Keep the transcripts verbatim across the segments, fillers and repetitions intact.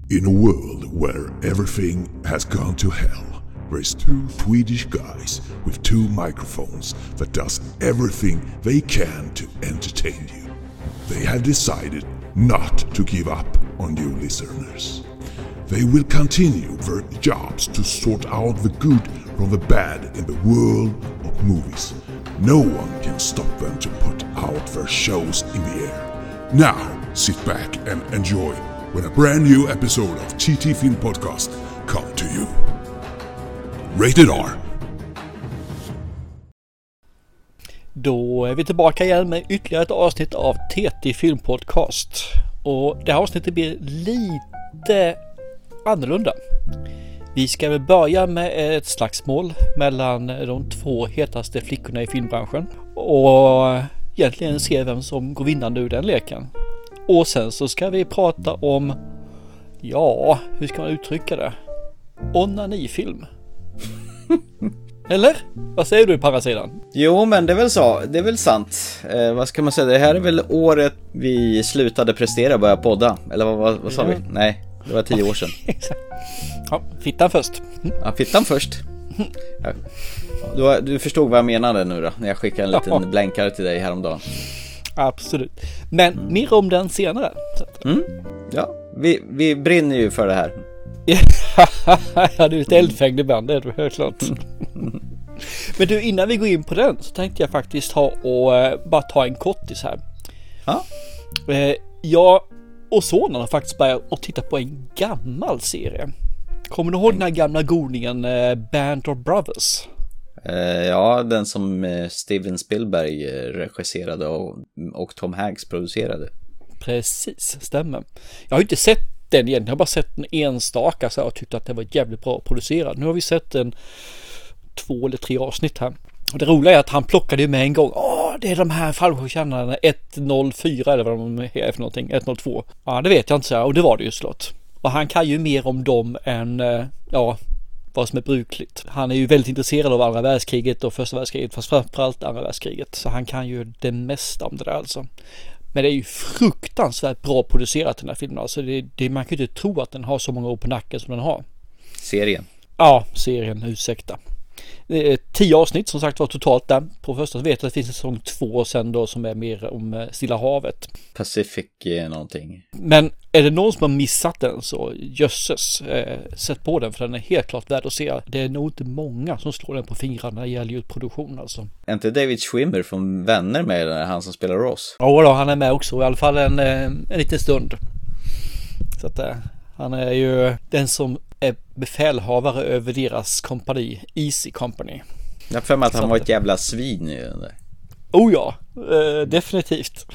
In a world where everything has gone to hell, there's two Swedish guys with two microphones that does everything they can to entertain you. They have decided not to give up on you listeners. They will continue their jobs to sort out the good from the bad in the world of movies. No one can stop them to put out their shows in the air. Now, sit back and enjoy when a brand new episode of T T Film Podcast come to you. Rated R. Då är vi tillbaka igen med ytterligare ett avsnitt av T T Film Podcast. Och det här avsnittet blir lite annorlunda. Vi ska väl börja med ett slagsmål mellan de två hetaste flickorna i filmbranschen. Och egentligen se vem som går vinnande ur den leken. Och sen så ska vi prata om, ja, hur ska man uttrycka det? Onanifilm. Eller? Vad säger du på andra sidan? Jo, men det är väl så. Det är väl sant. Eh, vad ska man säga? Det här är väl året vi slutade prestera och börja podda. Eller vad, vad, vad sa vi? Nej, det var tio år sedan. Ja, fittan först. Mm. Ja, fittan först. Ja. Du, du förstod vad jag menade nu då, när jag skickade en liten ja. blänkare till dig häromdagen. Absolut. Men mm. mer om den senare. Mm. Ja, vi, vi brinner ju för det här. Ja, du är lite eldfängd ibland, det är du helt klart. Men du, innan vi går in på den så tänkte jag faktiskt ha och eh, bara ta en kortis här. Ja. Eh, jag och sonen har faktiskt börjat att titta på en gammal serie. Kommer du ihåg den här gamla godingen eh, Band of Brothers? Eh, ja, den som eh, Steven Spielberg eh, regisserade och, och Tom Hanks producerade. Precis, stämmer. Jag har inte sett den igen, jag har bara sett en enstaka så och tyckt att det var jävligt bra producerad. Nu har vi sett en två eller tre avsnitt här. Och det roliga är att han plockade ju med en gång. Åh, det är de här fallskärmskännarna ett noll fyra eller vad de är för någonting. ett noll två. Ja, det vet jag inte så här. Och det var det ju slott. Och han kan ju mer om dem än, ja, vad som är brukligt. Han är ju väldigt intresserad av andra världskriget och första världskriget, fast framförallt andra världskriget. Så han kan ju det mesta om det där alltså. Men det är ju fruktansvärt bra producerat den här filmen. Alltså det, det, man kan ju inte tro att den har så många år på nacken som den har. Serien? Ja, serien, ursäkta. Det är tio avsnitt som sagt var totalt där. På första så vet jag att det finns en säsong två sen då som är mer om Stilla havet. Pacific eh, någonting. Men är det någon som har missat den så jösses, eh, sätt på den för den är helt klart värd att se. Det är nog inte många som slår den på fingrarna när det gäller produktion alltså. Är inte David Schwimmer från Vänner med den, han som spelar Ross? Ja då, han är med också i alla fall en, en liten stund. Så att eh, han är ju den som är befälhavare över deras kompani, Easy Company. Jag för mig att han så var ett jävla svin i den där. Oh ja, eh, definitivt.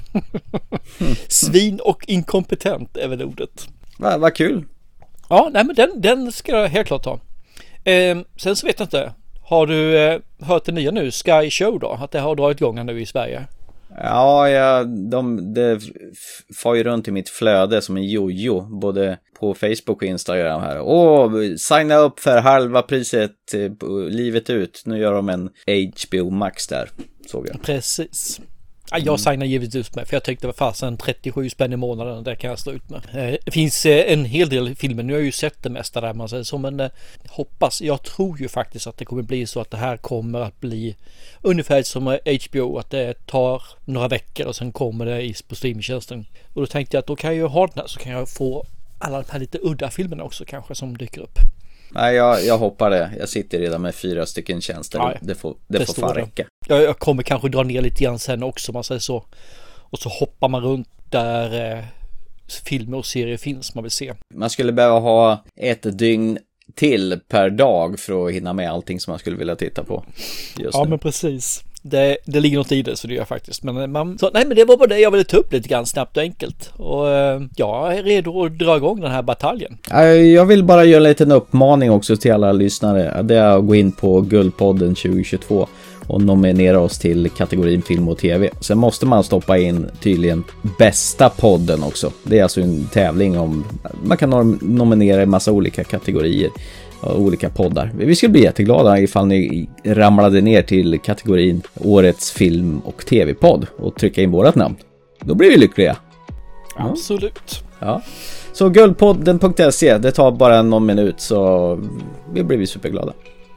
Svin och inkompetent är väl ordet. Vad va kul. Ja, nej men den, den ska jag helt klart ta. Eh, sen så vet jag inte, har du eh, hört det nya nu, Sky Show då? Att det har dragit igång nu i Sverige? Ja, ja de, det far ju runt i mitt flöde som en jojo, både på Facebook och Instagram här. Åh, signa upp för halva priset livet ut. Nu gör de en H B O Max där, såg jag. Precis. Ja, jag mm. signar givetvis med, för jag tyckte det var fasen trettiosju spänn i månaden, där kan jag stå ut med. Det finns en hel del filmer, nu har jag ju sett det mesta där man säger så, men hoppas, jag tror ju faktiskt att det kommer bli så att det här kommer att bli ungefär som H B O, att det tar några veckor och sen kommer det på streamingtjänsten. Och då tänkte jag att då kan jag ju ha den här, så kan jag få alla de här lite udda filmerna också kanske som dyker upp. Nej, jag, jag hoppar det. Jag sitter redan med fyra stycken tjänster. Nej, det får, det det får fan räcka. Jag, jag kommer kanske dra ner lite grann sen också, man säger så. Och så hoppar man runt där eh, filmer och serier finns man vill se. Man skulle behöva ha ett dygn till per dag för att hinna med allting som man skulle vilja titta på. Just ja, nu. Men precis. Det, det ligger något i det, så det gör jag faktiskt. Men man, så, nej, men det var bara det jag ville ta upp lite grann snabbt och enkelt. Och jag är redo att dra igång den här bataljen. Jag vill bara göra en liten uppmaning också till alla lyssnare. Det är att gå in på Guldpodden tjugo tjugotvå och nominera oss till kategorin film och tv. Sen måste man stoppa in tydligen bästa podden också. Det är alltså en tävling om, man kan nominera en massa olika kategorier. Olika poddar. Vi skulle bli jätteglada ifall ni ramlade ner till kategorin årets film- och tv-podd och trycka in vårat namn. Då blir vi lyckliga. Absolut. Ja. Så guldpodden punkt se, det tar bara någon minut så vi blir superglada.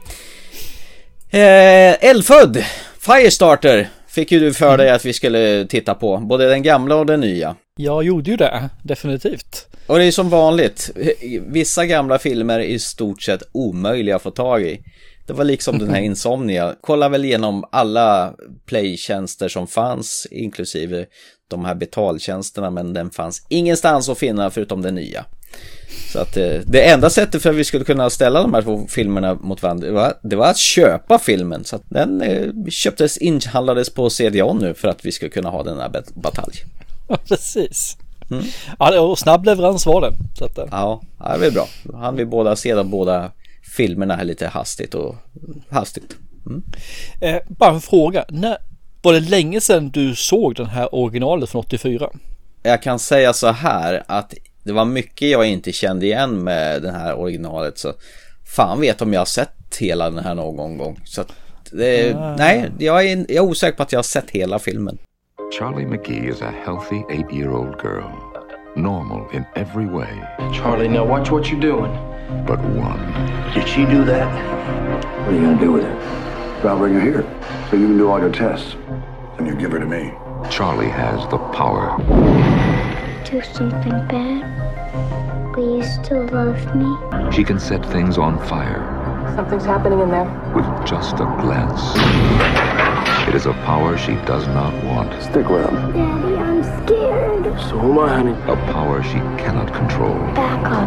Eh, Eldfödd, Firestarter fick ju du för dig att vi skulle titta på, både den gamla och den nya. Jag gjorde ju det, definitivt. Och det är som vanligt, vissa gamla filmer är i stort sett omöjliga att få tag i. Det var liksom den här Insomnia. Kolla väl igenom alla playtjänster som fanns, inklusive de här betaltjänsterna, men den fanns ingenstans att finna förutom den nya. Så att det enda sättet för att vi skulle kunna ställa de här två filmerna mot varandra, det var, det var att köpa filmen. Så att den eh, köptes, inhandlades på C D O nu för att vi skulle kunna ha den här batalj. Ja, precis. Mm. Ja, och snabb leverans var det. Så att, ja, det är bra. Då hann vi båda se de båda filmerna här lite hastigt och hastigt. Mm. Eh, bara en fråga. När, var det länge sedan du såg den här originalet från åttiofyra? Jag kan säga så här att det var mycket jag inte kände igen med den här originalet, så fan vet om jag har sett hela den här någon gång. Så att det, ah. nej, jag är, jag är osäker på att jag har sett hela filmen. Charlie McGee is a healthy eight-year-old girl, normal in every way. Charlie, now watch what you're doing. But one. Did she do that? What are you gonna do with her? I'll bring her here, so you can do all your tests. Then you give her to me. Charlie has the power. Do something bad? Will you still love me? She can set things on fire. Something's happening in there. With just a glance. It is a power she does not want. Stick with him. Daddy, I'm scared. So am I, honey. A power she cannot control. Back up.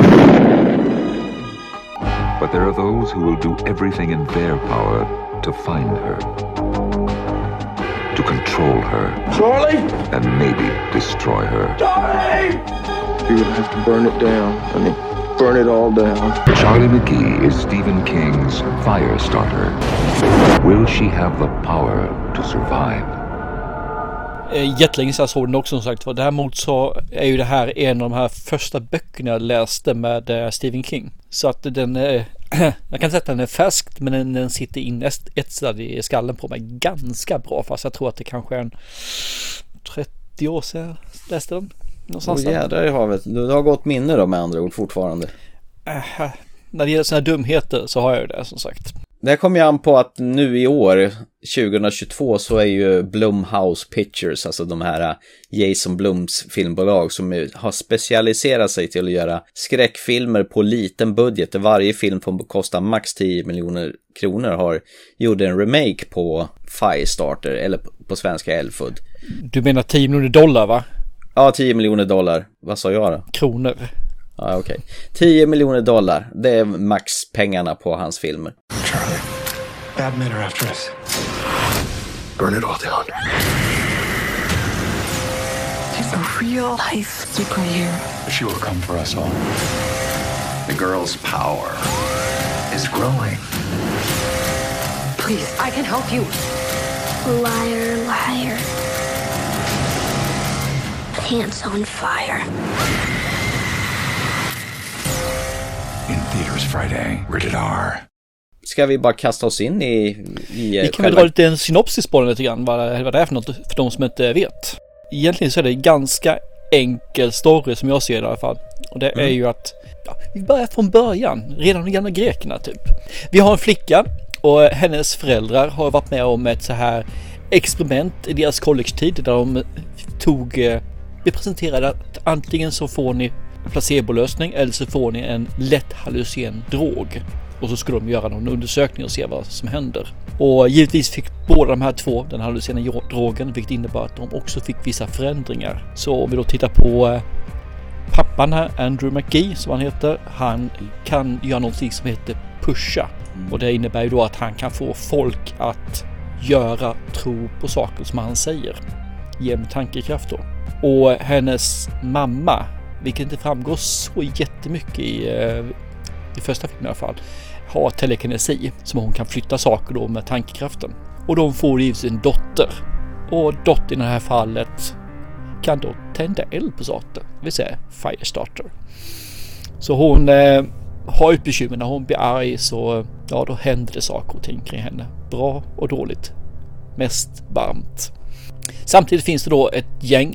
But there are those who will do everything in their power to find her. To control her. Charlie! And maybe destroy her. Charlie! You're gonna have to burn it down, honey. Burn it all down. Charlie McGee is Stephen King's Firestarter. Will she have the power to survive? Jättelänge sedan jag såg den också, som sagt. Däremot så är ju det här en av de här första böckerna jag läste med Stephen King. Så att den är, jag kan säga att den är färskt, men den, den sitter in etsad i skallen på mig ganska bra. Fast jag tror att det kanske är en trettio år sedan jag läste den. Åh jädrar i havet. Du har gått minne då med andra ord fortfarande. Äh, när det gäller såna dumheter så har jag ju det, som sagt. Det kommer jag an på att nu i år, tjugohundratjugotvå, så är ju Blumhouse Pictures, alltså de här Jason Blums filmbolag som har specialiserat sig till att göra skräckfilmer på liten budget. Varje film får kosta max tio miljoner kronor, har gjort en remake på Firestarter, eller på svenska Eldfödd. Du menar tio miljoner dollar, va? Ja, tio miljoner dollar. Vad sa jag då? Kronor. Ja, okej. Okay. tio miljoner dollar. Det är max pengarna på hans filmer. Charlie, bad men are after us. Burn it all down. There's a real life superhero. She will come for us all. The girl's power is growing. Please, I can help you. Liar, liar. Pants on fire. In theaters Friday, rated R. Ska vi bara kasta oss in i... i vi kan väl dra lite en synopsis på den lite grann, vad, vad det är för något för de som inte vet. Egentligen så är det en ganska enkel story som jag ser det i alla fall. Och det mm. är ju att, ja, vi börjar från början, redan de gamla grekerna typ. Vi har en flicka och hennes föräldrar har varit med om ett så här experiment i deras college-tid där de tog, vi presenterade att antingen så får ni placebolösning eller så får ni en lätt hallucinogen drog. Och så skulle de göra någon undersökning och se vad som händer. Och givetvis fick båda de här två den hallucinogena drogen, vilket innebar att de också fick vissa förändringar. Så om vi då tittar på pappan här, Andrew McGee som han heter, han kan göra någonting som heter pusha. Mm. Och det innebär ju då att han kan få folk att göra, tro på saker som han säger genom tankekraft då. Och hennes mamma, vilket inte framgår så jättemycket i, i första filmen i alla fall, har telekinesi som hon kan flytta saker då med tankekraften. Och de får givetvis en dotter. Och dottern i det här fallet kan då tända eld på saker, det vill säga Firestarter. Så hon eh, har ett bekymmer när hon blir arg, så ja, då händer det saker och ting kring henne. Bra och dåligt. Mest varmt. Samtidigt finns det då ett gäng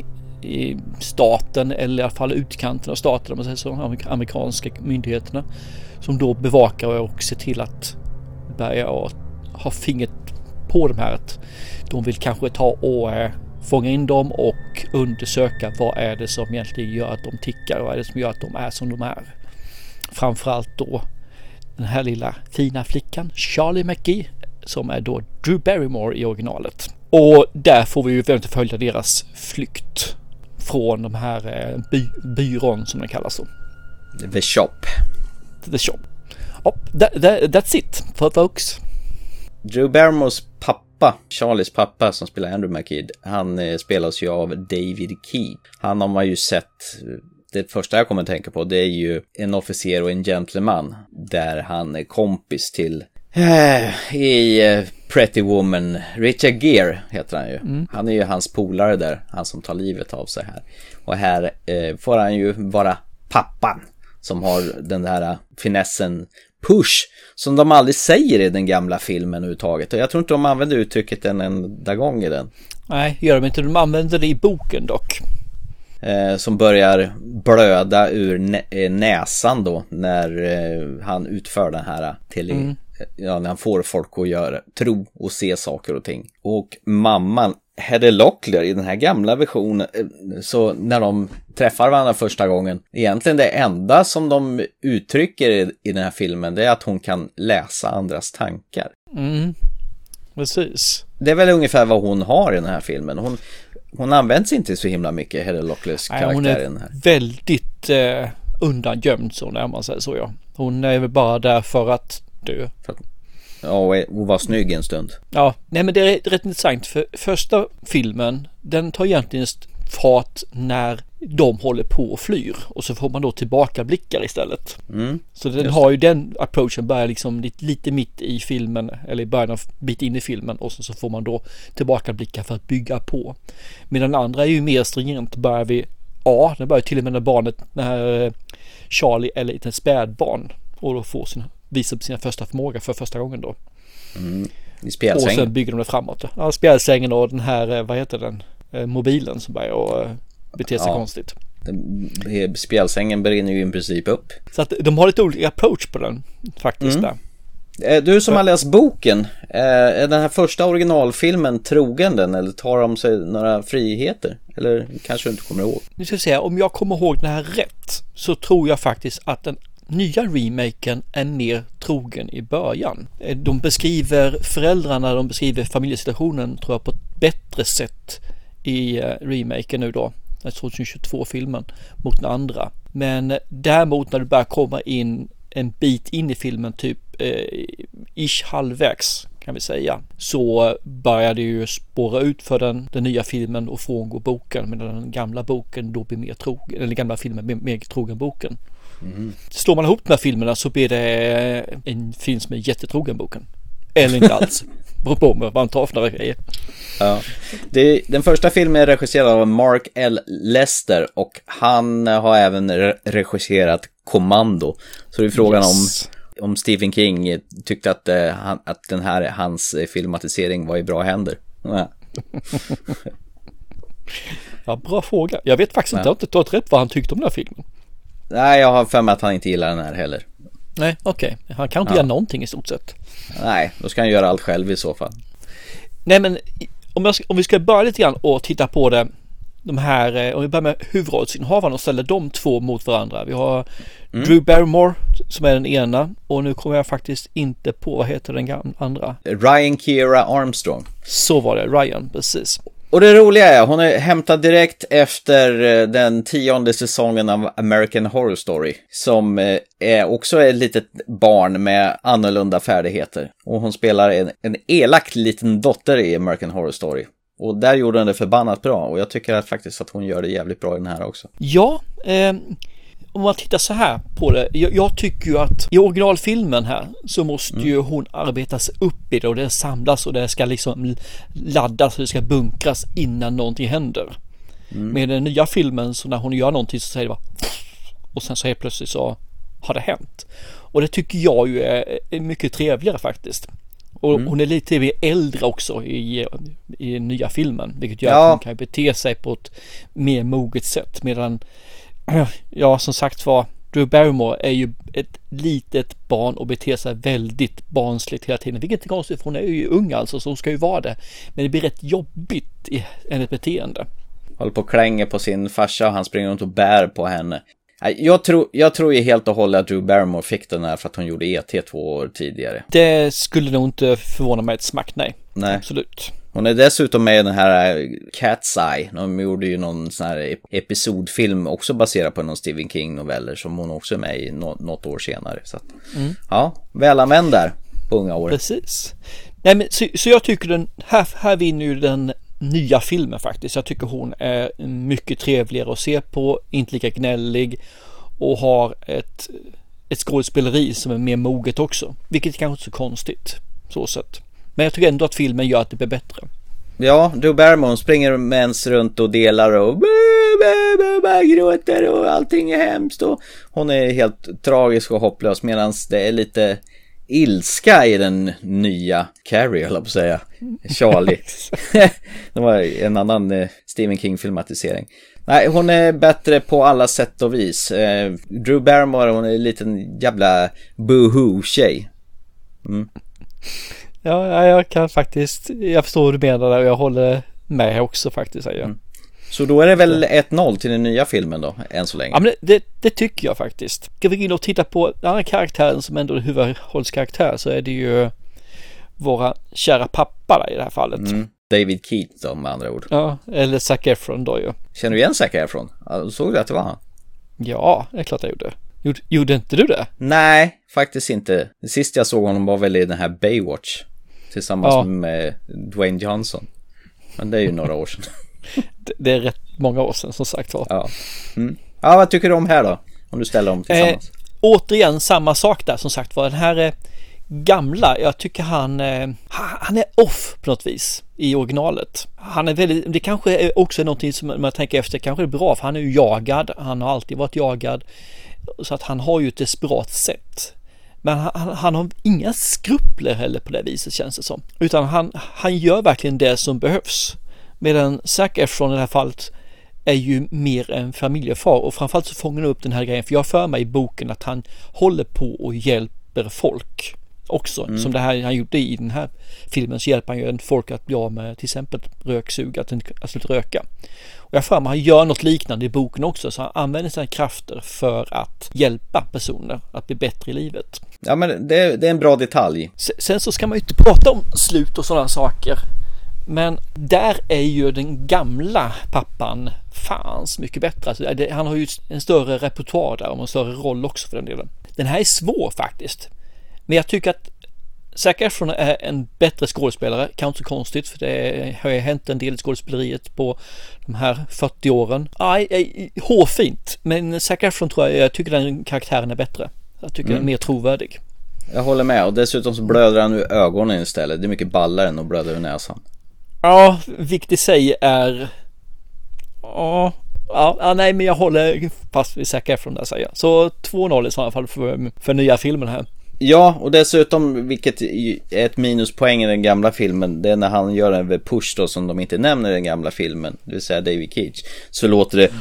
i staten, eller i alla fall utkanten av staten, om man säger så, amerikanska myndigheterna, som då bevakar och ser till att börja ha fingret på de här. Att de vill kanske ta och eh, fånga in dem och undersöka vad är det som egentligen gör att de tickar och vad är det som gör att de är som de är. Framförallt då den här lilla fina flickan Charlie McGee, som är då Drew Barrymore i originalet. Och där får vi ju väldigt följa deras flykt från de här eh, by, byrån som den kallas då. The Shop. The Shop. Oh, that, that, that's it for folks. Drew Barrymores pappa, Charlies pappa som spelar Andrew McKee, han eh, spelas ju av David Key. Han har man ju sett, det första jag kommer att tänka på, det är ju En officer och en gentleman, där han är kompis till eh, i eh, Pretty Woman, Richard Gere heter han ju. Mm. Han är ju hans polare där, han som tar livet av sig här. Och här eh, får han ju vara pappan som har den där finessen push som de aldrig säger i den gamla filmen överhuvudtaget. Och jag tror inte de använder uttrycket en enda gång i den. Nej, gör de inte. De använder det i boken dock. Eh, som börjar blöda ur nä- näsan då när eh, han utför den här till mm. ja, när han får folk att göra, tro och se saker och ting. Och mamman Heather Locklear i den här gamla versionen, så när de träffar varandra första gången, egentligen det enda som de uttrycker i, i den här filmen, det är att hon kan läsa andras tankar. Mm, precis. Det är väl ungefär vad hon har i den här filmen. Hon, hon används inte så himla mycket, Heather Locklears karaktär. Nej, hon är i den här. väldigt eh, undangömd, så när man säger så, ja. Hon är väl bara där för att dö. För att Ja, och var snygg en stund. Ja, nej men det är rätt intressant, för första filmen, den tar egentligen fart när de håller på och flyr, och så får man då tillbakablickar istället. Mm, så den har ju den approachen, börjar liksom lite, lite mitt i filmen, eller i början av bit in i filmen, och så, så får man då tillbakablickar för att bygga på. Medan den andra är ju mer stringent, börjar vi, ja, den börjar till och med när barnet, när Charlie eller ett spädbarn, och då får sina visar på sina första förmåga för första gången då. Mm. I spjälsängen. Och sen bygger de det framåt. Ja, spjälsängen och den här, vad heter den? Eh, mobilen som börjar och eh, beter sig ja. konstigt. Den, spjälsängen brinner ju i princip upp. Så att de har lite olika approach på den faktiskt mm. där. Du som har läst boken, är den här första originalfilmen trogen den, eller tar de sig några friheter? Eller kanske du inte kommer ihåg? Nu ska jag säga, om jag kommer ihåg den här rätt, så tror jag faktiskt att den nya remaken är mer trogen i början. De beskriver föräldrarna, de beskriver familjesituationen, tror jag, på ett bättre sätt i remaken nu då, tjugohundratjugotvå-filmen, mot den andra. Men däremot när du börjar komma in en bit in i filmen, typ eh, ish halvvägs kan vi säga, så börjar det ju spåra ut för den, den nya filmen och frångå boken, medan den gamla boken då blir mer trogen, eller den gamla filmen blir mer trogen boken. Mm. Slår man ihop de här filmerna så blir det en film som är jättetrogen boken. Eller inte alls. Beror på vad man tar för några grejer. Ja. Det, den första filmen är regisserad av Mark L. Lester, och han har även regisserat Commando. Så det är frågan yes. om, om Stephen King tyckte att, eh, han, att den här hans filmatisering var i bra händer. Ja. Ja, bra fråga. Jag vet faktiskt ja. inte, jag har inte tagit rätt vad han tyckte om den här filmen. Nej, jag har för mig att han inte gillar den här heller. Nej, okej. Okay. Han kan inte ja. göra någonting i stort sett. Nej, då ska han göra allt själv i så fall. Nej, men om, jag, om vi ska börja lite grann och titta på det, de här, om vi börjar med huvudrollsinnehavarna och ställer de två mot varandra. Vi har mm. Drew Barrymore som är den ena, och nu kommer jag faktiskt inte på, vad heter den andra? Ryan Kiera Armstrong. Så var det, Ryan, precis. Och det roliga är, hon är hämtad direkt efter den tionde säsongen av American Horror Story, som är också ett litet barn med annorlunda färdigheter. Och hon spelar en, en elak liten dotter i American Horror Story. Och där gjorde hon det förbannat bra, och jag tycker att faktiskt att hon gör det jävligt bra i den här också. Ja, eh, om man tittar så här på det, jag, jag tycker ju att i originalfilmen här så måste mm. ju hon arbeta sig upp i det, och det samlas och det ska liksom laddas och det ska bunkras innan någonting händer. Mm. Med den nya filmen, så när hon gör någonting så säger det bara och sen så helt plötsligt så har det hänt. Och det tycker jag ju är mycket trevligare faktiskt. Och Mm. hon är lite mer äldre också i, i nya filmen. Vilket gör Ja. att hon kan bete sig på ett mer moget sätt. Medan, ja som sagt var, Drew Barrymore är ju ett litet barn och beter sig väldigt barnsligt hela tiden. Vilket inte är konstigt, för hon är ju ung alltså, så hon ska ju vara det. Men det blir rätt jobbigt i hennes beteende. Håller på och klänger på sin farsa och han springer runt och bär på henne. Jag tror, jag tror ju helt och hållet att Drew Barrymore fick den här för att hon gjorde E T två år tidigare. Det skulle nog inte förvåna mig ett smack, nej. Nej. Absolut. Hon är dessutom med i den här Cat's Eye. De gjorde ju någon sån här episodfilm också baserad på någon Stephen King-noveller som hon också är med i något, något år senare. Så att, Mm. ja, välanvänd där på unga år. Precis. Nej, men, så, så jag tycker den här, här vinner ju den nya filmen faktiskt. Jag tycker hon är mycket trevligare att se på, inte lika gnällig och har ett, ett skådespeleri som är mer moget också. Vilket kanske inte är så konstigt så sett. Men jag tycker ändå att filmen gör att det blir bättre. Ja, Drew Barrymore springer mens runt och delar och bara gråter och allting är hemskt och hon är helt tragisk och hopplös medan det är lite ilska i den nya Carrie, höll jag på att säga. Charlie. Det var en annan eh, Stephen King-filmatisering. Nej, hon är bättre på alla sätt och vis. Eh, Drew Barrymore, hon är en liten jävla boohoo-tjej. Mm. Ja, jag kan faktiskt, jag förstår vad du menar där och jag håller med också faktiskt. Säger jag. Mm. Så då är det väl ett noll till den nya filmen då, än så länge? Ja, men det, det, det tycker jag faktiskt. Ska vi gå in och titta på den andra karaktären som ändå är huvudrollskaraktär, så är det ju våra kära pappa där i det här fallet. Mm. David Keith då, med andra ord. Ja, eller Zac Efron då ju. Känner du igen Zac Efron? Ja, såg du att det var han? Ja, det är klart jag gjorde. Gjorde, gjorde inte du det? Nej, faktiskt inte. Det sista jag såg honom var väl i den här Baywatch tillsammans ja. med Dwayne Johnson. Men det är ju några år sedan. det, det är rätt många år sedan som sagt var. Ja. Mm. Ja, vad tycker du om här då? Om du ställer dem tillsammans. Eh, återigen samma sak där som sagt var. Den här är gamla. Jag tycker han eh, han är off på något vis i originalet. Han är väldigt, det kanske är också någonting som man tänker efter kanske är bra, för han är ju jagad. Han har alltid varit jagad. Så att han har ju ett desperat sätt. Men han, han har inga skrupler heller på det viset, känns det som. Utan han, han gör verkligen det som behövs. Medan Zac Efron i det här fallet är ju mer en familjefar. Och framförallt så fångar han upp den här grejen. För jag för mig i boken att han håller på och hjälper folk också. Mm. Som det här han gjorde i den här filmen, så hjälper han ju folk att bli av med till exempel röksug, att, att sluta röka. Och jag för mig han gör något liknande i boken också, så han använder sina krafter för att hjälpa personer att bli bättre i livet. Ja, men det, det är en bra detalj. Sen så ska man ju inte prata om slut och sådana saker, men där är ju den gamla pappan fans mycket bättre. Alltså, det, han har ju en större repertoar där och en större roll också för den delen. Den här är svår faktiskt, men jag tycker att Zac Efron är en bättre skådespelare, kanske inte så konstigt, för det har ju hänt en del i skådespeleriet på de här fyrtio åren. Nej, hårfint, men Zac Efron tror jag, jag tycker den karaktären är bättre. Jag tycker mm. den är mer trovärdig. Jag håller med, och dessutom så blöder han ur ögonen istället. Det är mycket ballare än att blöda ur näsan. Ja, vilket i sig är... Ja, ja, nej, men jag håller fast vid Zac Efron där, säger jag. Så två noll i sådana fall för, för nya filmen här. Ja, och dessutom, vilket är ett minuspoäng i den gamla filmen, det är när han gör en push då som de inte nämner i den gamla filmen, det vill säga David Keith, så låter det...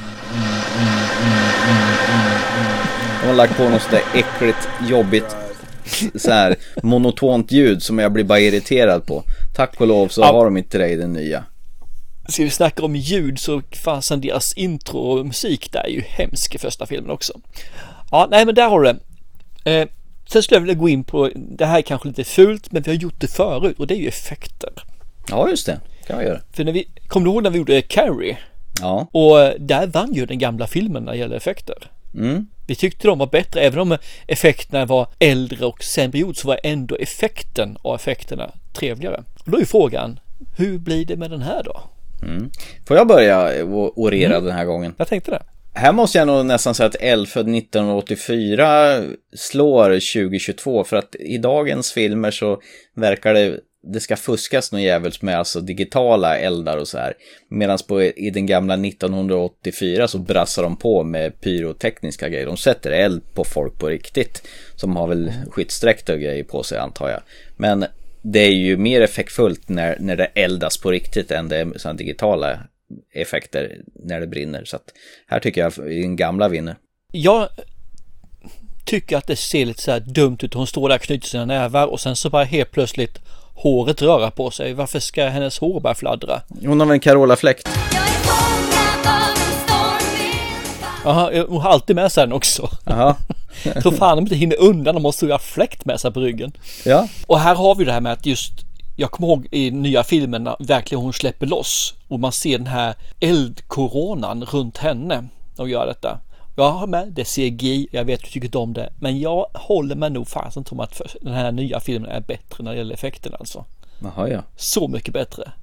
De har lagt på något sådär äckligt, jobbigt, så här monotont ljud som jag blir bara irriterad på. Tack och lov så ja. Har de inte det i den nya. Ska vi snacka om ljud, så fasen deras intro och musik där är ju hemsk i första filmen också. Ja, nej, men där har du det. Eh, sen skulle jag vilja gå in på, det här är kanske lite fult, men vi har gjort det förut, och det är ju effekter. Ja, just det. Kan vi göra. För när vi, kommer du ihåg när vi gjorde Carrie? Ja. Och där vann ju den gamla filmen när det gäller effekter. Mm. Vi tyckte de var bättre, även om effekterna var äldre och sämre gjord, så var ändå effekten och effekterna trevligare. Och då är frågan, hur blir det med den här då? Mm. Får jag börja orera mm. den här gången? Jag tänkte det. Här måste jag nog nästan säga att Elle född nittonhundraåttiofyra slår tjugohundratjugotvå, för att i dagens filmer så verkar det det ska fuskas någon jävels med alltså digitala eldar och så här. Medan på i den gamla nittonhundraåttiofyra så brassar de på med pyrotekniska grejer. De sätter eld på folk på riktigt, som har väl skyddsdräkt och grejer på sig, antar jag. Men det är ju mer effektfullt när, när det eldas på riktigt än det är sådana digitala effekter när det brinner. Så att här tycker jag den gamla vinner. Jag tycker att det ser lite så här dumt ut. Hon står där och knyter sina nävar och sen så bara helt plötsligt håret röra på sig. Varför ska hennes hår bara fladdra? Hon har väl en Carola-fläkt. Jaha, hon har alltid med sig den också. Jaha. Jag tror fan de inte hinner undan, de måste ju ha fläkt med sig på ryggen. Ja. Och här har vi det här med att just, jag kommer ihåg i nya filmerna verkligen hon släpper loss och man ser den här eldkoronan runt henne och gör detta. Jag har med det C G I, jag vet att du tycker om det, men jag håller mig nog fast om att den här nya filmen är bättre när det gäller effekten alltså. Jaha, ja. Så mycket bättre.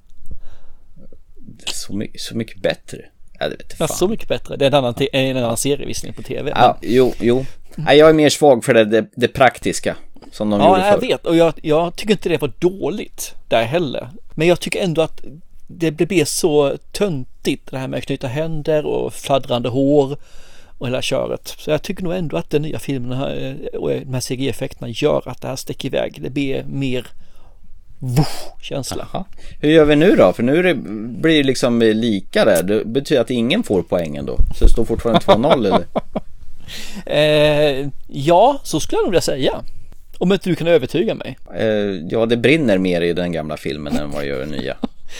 Så mycket, så mycket bättre. Ja, det vet jag, ja, så mycket bättre. Det är en annan, te- en annan serievisning på tv. Ja, men... jo, jo. Ja, jag är mer svag för det, det, det praktiska som de ja, gjorde förr. Ja, jag vet. Och jag, jag tycker inte det var dåligt där heller. Men jag tycker ändå att det blir så töntigt det här med att knyta händer och fladdrande hår och hela köret. Så jag tycker nog ändå att den nya filmen och de här C G I-effekterna gör att det här sticker iväg. Det blir mer känsla. Aha. Hur gör vi nu då? För nu det, blir det liksom lika där. Det betyder att ingen får poängen då. Så det står fortfarande två noll eller? eh, ja, så skulle jag nog vilja säga. Om inte du kan övertyga mig. Eh, ja, det brinner mer i den gamla filmen än vad gör den nya.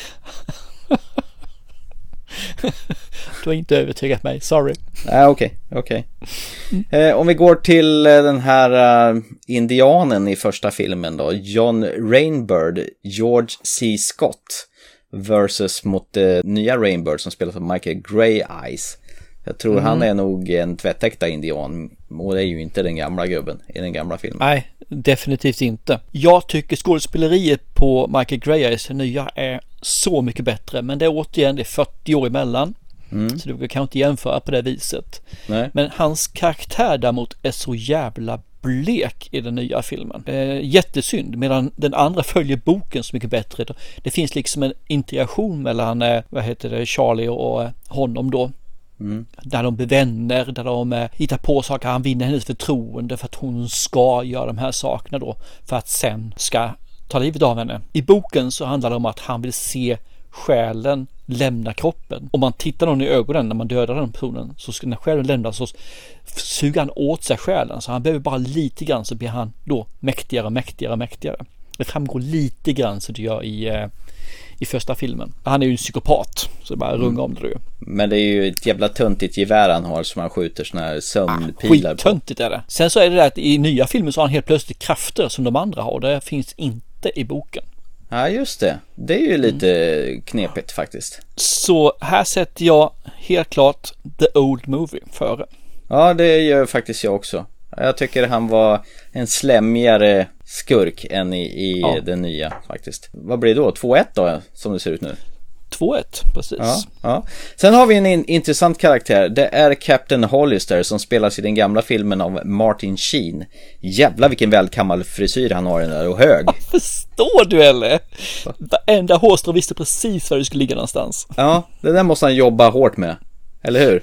Du har inte övertygat mig, sorry. Nej, ah, okej, okay, okej. Okay. Eh, om vi går till eh, den här uh, indianen i första filmen då, John Rainbird, George C. Scott versus mot uh, nya Rainbird som spelas av Michael Grey Eyes. Jag tror mm. han är nog en tvättäkta indian, och det är ju inte den gamla gubben i den gamla filmen. Nej, definitivt inte. Jag tycker skådespeleriet på Michael Grey Eyes nya är så mycket bättre, men det är återigen det är fyrtio år emellan. Mm. Så du kan inte jämföra på det viset. Nej. Men hans karaktär däremot är så jävla blek i den nya filmen. Eh, jättesynd, medan den andra följer boken så mycket bättre. Det finns liksom en interaktion mellan eh, vad heter det, Charlie och eh, honom då. Mm. Där de blir vänner, där de eh, hittar på saker, han vinner hennes förtroende för att hon ska göra de här sakerna då, för att sen ska ta livet av henne. I boken så handlar det om att han vill se själen lämna kroppen. Om man tittar någon i ögonen när man dödar den personen, så ska när själen lämna så suger han åt sig själen, så han behöver bara lite grann så blir han då mäktigare, mäktigare, mäktigare. Det framgår lite grann så det gör i eh, i första filmen. Han är ju en psykopat, så det bara runga mm. om det ju. Men det är ju ett jävla töntigt gevär han har som han skjuter såna här sömnpilar ah, på. Skittöntigt är det. Sen så är det där att i nya filmer så har han helt plötsligt krafter som de andra har. Det finns inte i boken. Ja, just det. Det är ju lite mm. knepigt faktiskt. Så här sätter jag helt klart The Old Movie före. Ja, det gör faktiskt jag också. Jag tycker han var en slämmigare skurk än i, i ja. den nya faktiskt. Vad blir det då? två ett då som det ser ut nu? två ett, precis. Ja, ja. Sen har vi en in- intressant karaktär. Det är Captain Hollister som spelas i den gamla filmen av Martin Sheen. Jävlar vilken välkammad frisyr han har den där och hög. Förstår du eller? Varenda hårstrå visste precis var du skulle ligga någonstans. Ja, det där måste han jobba hårt med. Eller hur?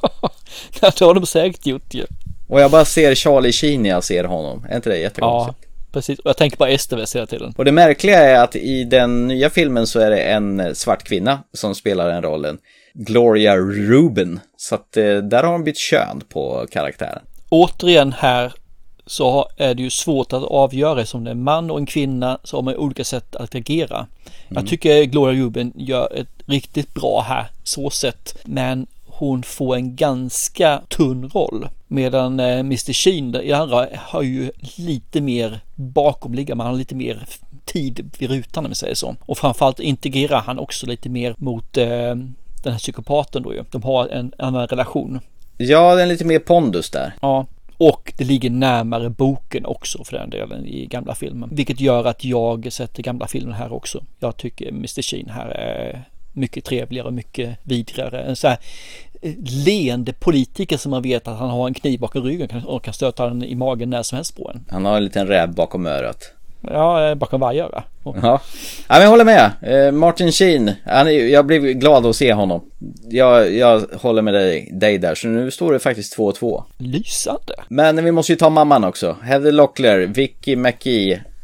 Ja, det har de säkert gjort ju. Och jag bara ser Charlie Sheen när jag ser honom. Är inte det jättekonstigt? Ja, precis. Och jag tänker på S T V hela tiden. Och det märkliga är att i den nya filmen så är det en svart kvinna som spelar den rollen. Gloria Rubin. Så att eh, där har de bytt kön på karaktären. Återigen här så är det ju svårt att avgöra som det är en man och en kvinna så har man olika sätt att agera. Mm. Jag tycker Gloria Rubin gör ett riktigt bra här så sett, men hon får en ganska tunn roll. Medan eh, mister Sheen i andra har ju lite mer bakomliggande, man har lite mer tid vid rutan om man säger så. Och framförallt integrerar han också lite mer mot eh, den här psykopaten då ju. De har en annan relation. Ja, det är lite mer pondus där. Ja, och det ligger närmare boken också för den delen i gamla filmen. Vilket gör att jag sätter gamla filmen här också. Jag tycker mister Sheen här är mycket trevligare och mycket vidrigare. En så här leende politiker som man vet att han har en kniv bakom ryggen och kan stöta den i magen när som helst på en. Han har en liten räv bakom örat. Ja, bakom varje öra. Ja. Ja, men jag håller med. Eh, Martin Sheen, han, jag blev glad att se honom. Jag, jag håller med dig, dig där, så nu står det faktiskt två två. Lysande. Men vi måste ju ta mamman också. Heather Locklear, Vicky McKee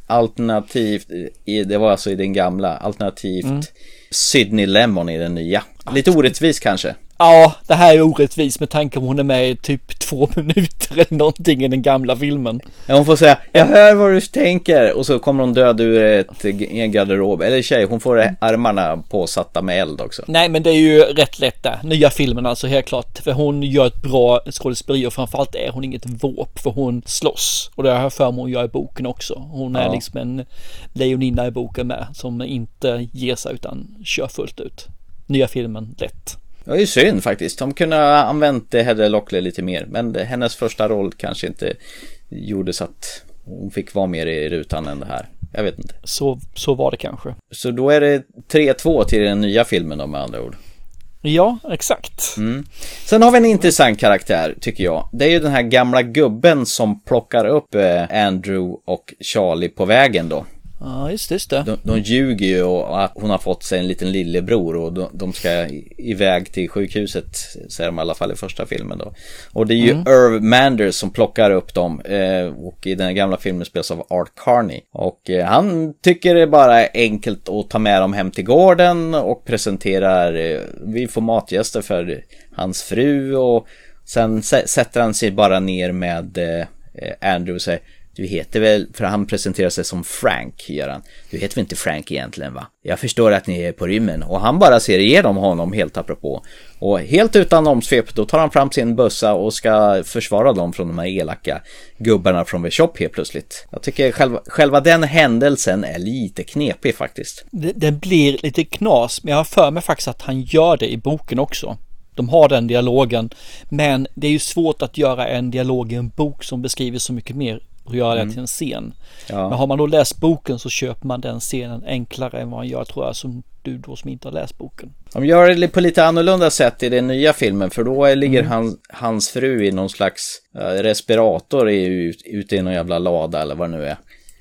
alternativt, i, det var alltså i den gamla, alternativt mm. Sydney Lemon i den nya. Lite orättvis kanske. Ja, det här är orättvis med tanke på hon är med i typ två minuter eller någonting i den gamla filmen. Ja, hon får säga, jag hör vad du tänker. Och så kommer hon död ur ett, en garderob. Eller tjej, hon får armarna påsatta med eld också. Nej, men det är ju rätt lätt där. Nya filmen alltså, helt klart. För hon gör ett bra skådespeleri och framförallt är hon inget våp. För hon slåss. Och det har jag för mig hon gör i boken också. Hon är ja. liksom en lejoninna i boken med. Som inte ger sig utan kör fullt ut. Nya filmen, lätt. Det är ju synd faktiskt. De kunde ha använt Heather Locklear lite mer. Men det, hennes första roll kanske inte gjorde så att hon fick vara mer i rutan än det här. Jag vet inte. Så, så var det kanske. Så då är det tre två till den nya filmen då, med andra ord. Ja, exakt. Mm. Sen har vi en intressant karaktär tycker jag. Det är ju den här gamla gubben som plockar upp Andrew och Charlie på vägen då. Ja, just det, just det. De, de ljuger ju och att hon har fått sig en liten lillebror och de, de ska iväg till sjukhuset, säger de i alla fall i första filmen då. Och det är ju mm. Irv Manders som plockar upp dem eh, och i den gamla filmen spelas av Art Carney. Och eh, han tycker det är bara enkelt att ta med dem hem till gården och presenterar, eh, vi får matgäster för hans fru och sen s- sätter han sig bara ner med eh, Andrew och säger, du heter väl, för han presenterar sig som Frank, gör han. Du heter väl inte Frank egentligen, va? Jag förstår att ni är på rymmen. Och han bara ser igenom honom helt apropå. Och helt utan omsvep, då tar han fram sin bössa och ska försvara dem från de här elaka gubbarna från The Shop helt plötsligt. Jag tycker själva, själva den händelsen är lite knepig faktiskt. Det, den blir lite knas, men jag har för mig faktiskt att han gör det i boken också. De har den dialogen, men det är ju svårt att göra en dialog i en bok som beskriver så mycket mer och göra det mm. till en scen. Ja. Men har man då läst boken så köper man den scenen enklare än vad man gör, tror jag, som du då som inte har läst boken. De gör det på lite annorlunda sätt i den nya filmen, för då ligger mm. han, hans fru i någon slags uh, respirator ut, ute i någon jävla lada eller vad det nu är.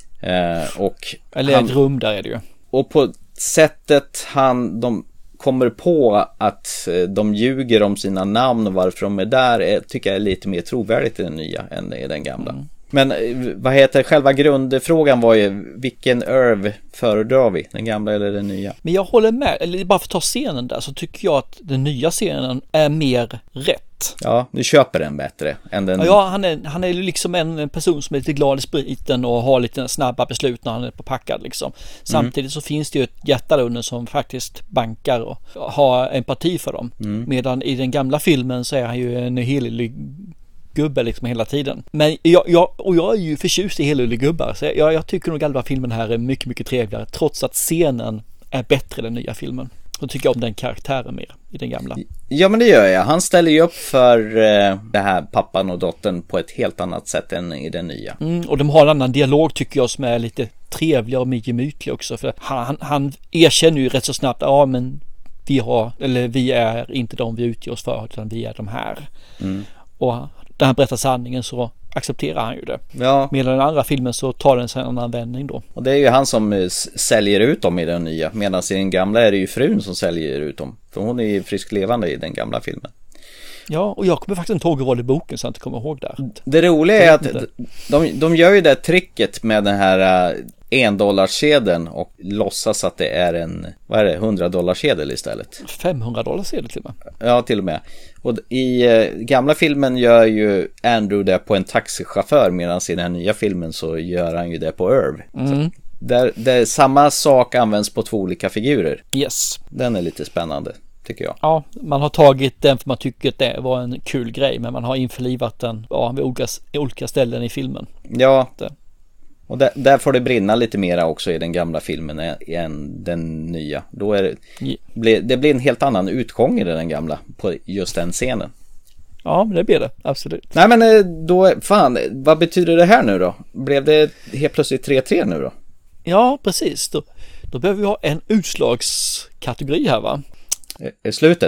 Uh, och eller han, ett rum där är det ju. Och på sättet han, de kommer på att de ljuger om sina namn och varför de är där är, tycker jag är lite mer trovärdigt i den nya än i den gamla. Mm. Men vad heter själva grundfrågan var ju, vilken Irv föredrar vi? Den gamla eller den nya? Men jag håller med, eller bara för att ta scenen där så tycker jag att den nya scenen är mer rätt. Ja, du köper den bättre än den. Ja, han är, han är liksom en person som är lite glad i spriten och har lite snabba beslut när han är på packad liksom. Samtidigt mm. så finns det ju ett hjärta under som faktiskt bankar och har empati för dem. Mm. Medan i den gamla filmen så är han ju en helig gubbe liksom hela tiden. Men jag, jag, och jag är ju förtjust i helullegubbar, så jag, jag tycker nog gamla filmen här är mycket, mycket trevligare, trots att scenen är bättre än den nya filmen. Då tycker jag om den karaktären mer i den gamla. Ja, men det gör jag. Han ställer ju upp för eh, det här pappan och dottern på ett helt annat sätt än i den nya. Mm, och de har en annan dialog tycker jag som är lite trevligare och mycket gemytlig också. För han, han erkänner ju rätt så snabbt, ja men vi har, eller vi är inte de vi utger oss för, utan vi är de här. Mm. Och när han berättar sanningen så accepterar han ju det. Ja. Medan den andra filmen så tar den sig en annan vändning då. Och det är ju han som säljer ut dem i den nya. Medan i den gamla är det ju frun som säljer ut dem. För hon är ju frisklevande i den gamla filmen. Ja, och jag kommer faktiskt inte ihåg vad det i boken så jag inte kommer ihåg där. Det roliga är att de, de gör ju det tricket med den här uh, en dollarsedeln och låtsas att det är en, vad är det, hundra dollarsedel istället. femhundra dollarsedel till och med. Ja, till och med. Och i uh, gamla filmen gör ju Andrew det på en taxichaufför, medan i den här nya filmen så gör han ju det på Irv. Mm. Där, där samma sak används på två olika figurer. Yes. Den är lite spännande, tycker jag. Ja, man har tagit den för man tycker att det var en kul grej, men man har införlivat den ja, vid olika, olika ställen i filmen. Ja, det. Och där, där får det brinna lite mera också i den gamla filmen än den nya. Då är det, ja. blir, det blir en helt annan utgång i den gamla på just den scenen. Ja, det blir det, absolut. Nej, men då, fan, vad betyder det här nu då? Blev det helt plötsligt tre tre nu då? Ja, precis. Då, då behöver vi ha en utslagskategori här, va? Slutet.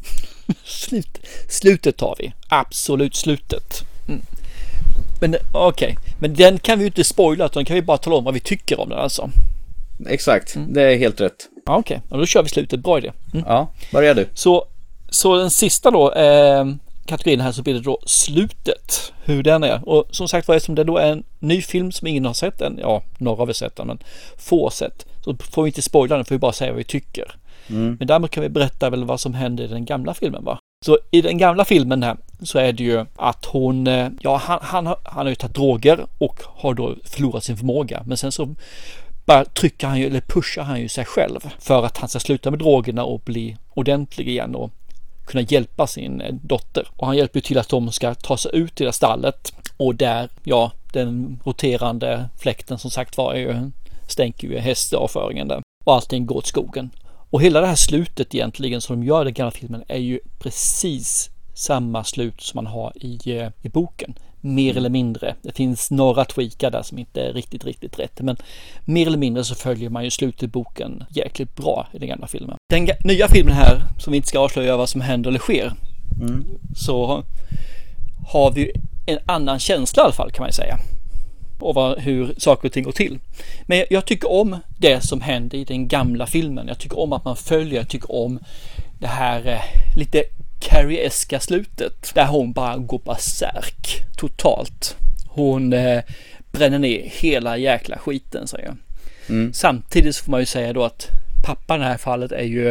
Slut, slutet tar vi. Absolut slutet. Mm. Men okej, okay. Men den kan vi ju inte spoila, utan kan vi bara tala om vad vi tycker om den alltså. Exakt, mm. det är helt rätt. Ja, okej, okay. Då kör vi slutet, bra idé. Mm. Ja, börjar du. Så, så den sista då, eh, kategorin här så blir det då slutet, hur den är. Och som sagt var, eftersom det då är en ny film som ingen har sett än, ja, några har vi sett den, men få har sett, så får vi inte spoila den, får vi bara säga vad vi tycker. Mm. Men däremot kan vi berätta väl vad som hände i den gamla filmen, va? Så i den gamla filmen här så är det ju att hon, ja, han, han, han har ju tagit droger och har då förlorat sin förmåga, men sen så bara trycker han ju, eller pushar han ju sig själv för att han ska sluta med drogerna och bli ordentlig igen och kunna hjälpa sin dotter. Och han hjälper ju till att de ska ta sig ut i det stallet, och där, ja, den roterande fläkten som sagt var är ju, stänker ju hästavföringen där och allting går åt skogen. Och hela det här slutet egentligen som de gör i den gamla filmen är ju precis samma slut som man har i, i boken. Mer mm. eller mindre. Det finns några tweakar där som inte är riktigt, riktigt rätt. Men mer eller mindre så följer man ju slutet i boken jäkligt bra i den gamla filmen. Den ga- nya filmen här, som vi inte ska avslöja vad som händer eller sker, mm. så har vi en annan känsla i alla fall, kan man ju säga. Och vad, hur saker och ting går till. Men jag tycker om det som händer i den gamla filmen. Jag tycker om att man följer, jag tycker om det här eh, lite Carrie-eska slutet där hon bara går berserk totalt. Hon eh, bränner ner hela jäkla skiten, säger jag. Mm. Samtidigt så får man ju säga då att pappan i det här fallet är ju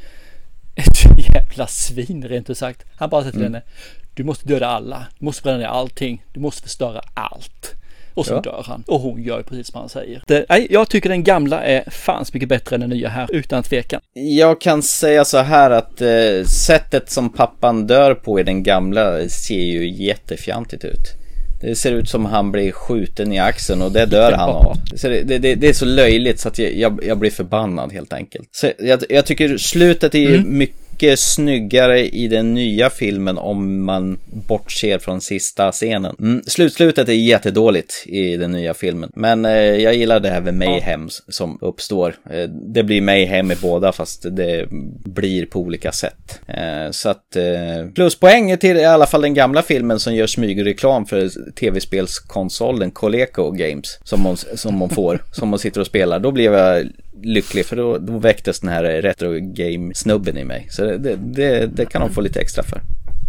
ett jävla svin, rent ut sagt. Han bara säger till mm. henne: du måste döda alla, du måste bränna ner allting, du måste förstöra allt. Och så ja. dör han. Och hon gör precis vad han säger. Det, nej, jag tycker den gamla är fanns mycket bättre än den nya här, utan tvekan. Jag kan säga så här att eh, sättet som pappan dör på i den gamla ser ju jättefjantigt ut. Det ser ut som han blir skjuten i axeln och det dör han av. Så det, det, det är så löjligt så att jag, jag, jag blir förbannad helt enkelt. Så jag, jag tycker slutet är mm. mycket snyggare i den nya filmen om man bortser från sista scenen. Mm, slutslutet är jättedåligt i den nya filmen. Men eh, jag gillar det här med mayhem som uppstår. Eh, det blir mayhem i båda fast det blir på olika sätt. Eh, så att eh, pluspoäng till i alla fall den gamla filmen som gör smygreklam för tv-spelskonsolen Coleco Games som hon, som hon får, som hon sitter och spelar. Då blir jag lycklig för då, då väcktes den här retro game snubben i mig. Så det, det, det kan de få lite extra för.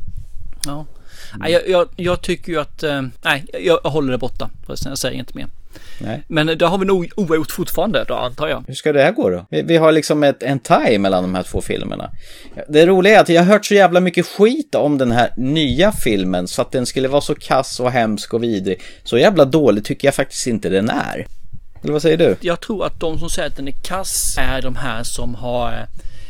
Ja. Mm. Jag, jag, jag tycker ju att eh, nej, jag, jag håller det borta. Jag säger inte mer. Nej. Men där har vi nog oavgjort fortfarande då, antar jag. Hur ska det här gå då? Vi, vi har liksom ett, en tie mellan de här två filmerna. Det roliga är att jag har hört så jävla mycket skit om den här nya filmen så att den skulle vara så kass och hemsk och vidrig. Så jävla dålig tycker jag faktiskt inte den är. Eller vad säger du? Jag tror att de som säger att den är kass är de här som har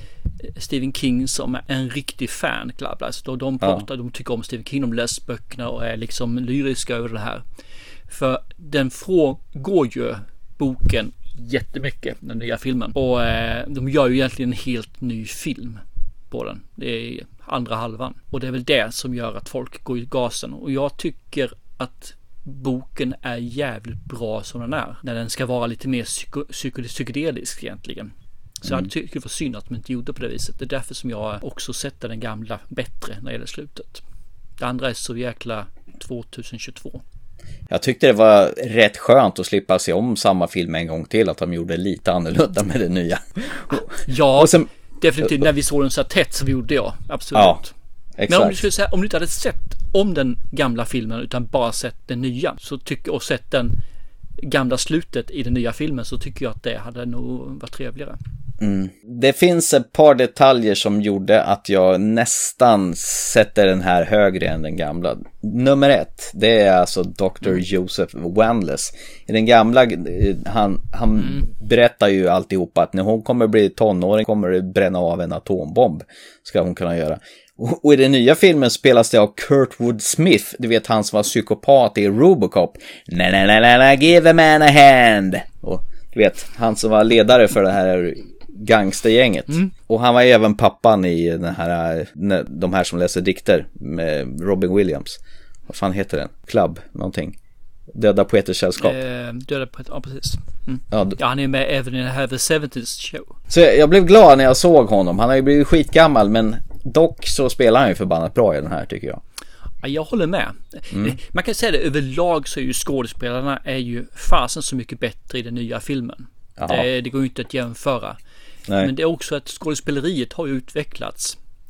Stephen King som är en riktig fan. Alltså de pratar, ja. de tycker om Stephen King, de läser böckerna och är liksom lyriska över det här. För den frågår ju boken jättemycket, den nya filmen. Och eh, de gör ju egentligen en helt ny film på den. Det är andra halvan. Och det är väl det som gör att folk går i gasen. Och jag tycker att boken är jävligt bra som den är. När den ska vara lite mer psyko- psyko- psykedelisk egentligen. Så mm. jag tycker det var synd att de inte gjorde på det viset. Det är därför som jag också sätter den gamla bättre när det gäller slutet. Det andra är så jäkla tjugohundratjugotvå. Jag tyckte det var rätt skönt att slippa se om samma film en gång till. Att de gjorde lite annorlunda med det nya. Ja, och sen, definitivt. När vi såg den så tätt så gjorde jag. Absolut. Ja, exakt. Men om du, skulle säga, om du inte hade sett om den gamla filmen utan bara sett den nya så tycker, och sett den gamla slutet i den nya filmen så tycker jag att det hade nog varit trevligare. Mm. Det finns ett par detaljer som gjorde att jag nästan sätter den här högre än den gamla. Nummer ett, det är alltså doktor Mm. Joseph Wendless. I den gamla, han, han mm. berättar ju alltihopa att när hon kommer bli tonåring kommer det bränna av en atombomb. Ska hon kunna göra. Och, och i den nya filmen spelas det av Kurtwood Smith. Du vet han som var psykopat i Robocop. Nej, nej, nej, nej, give a man a hand. Och du vet, han som var ledare för det här gangstergänget. Mm. Och han var även pappan i den här, de här som läser dikter med Robin Williams. Vad fan heter den? Club, någonting. Döda poeters sällskap. Eh, döda poeters, ja precis. Mm. Ja, d- ja, han är med även i den här The seventies show. Så jag, jag blev glad när jag såg honom. Han har ju blivit skitgammal, men dock så spelar han ju förbannat bra i den här tycker jag. Ja, jag håller med. Mm. Man kan säga det överlag så är ju skådespelarna är ju fasen så mycket bättre i den nya filmen. Det, det går ju inte att jämföra. Nej. Men det är också att skådespeleriet har ju utvecklats.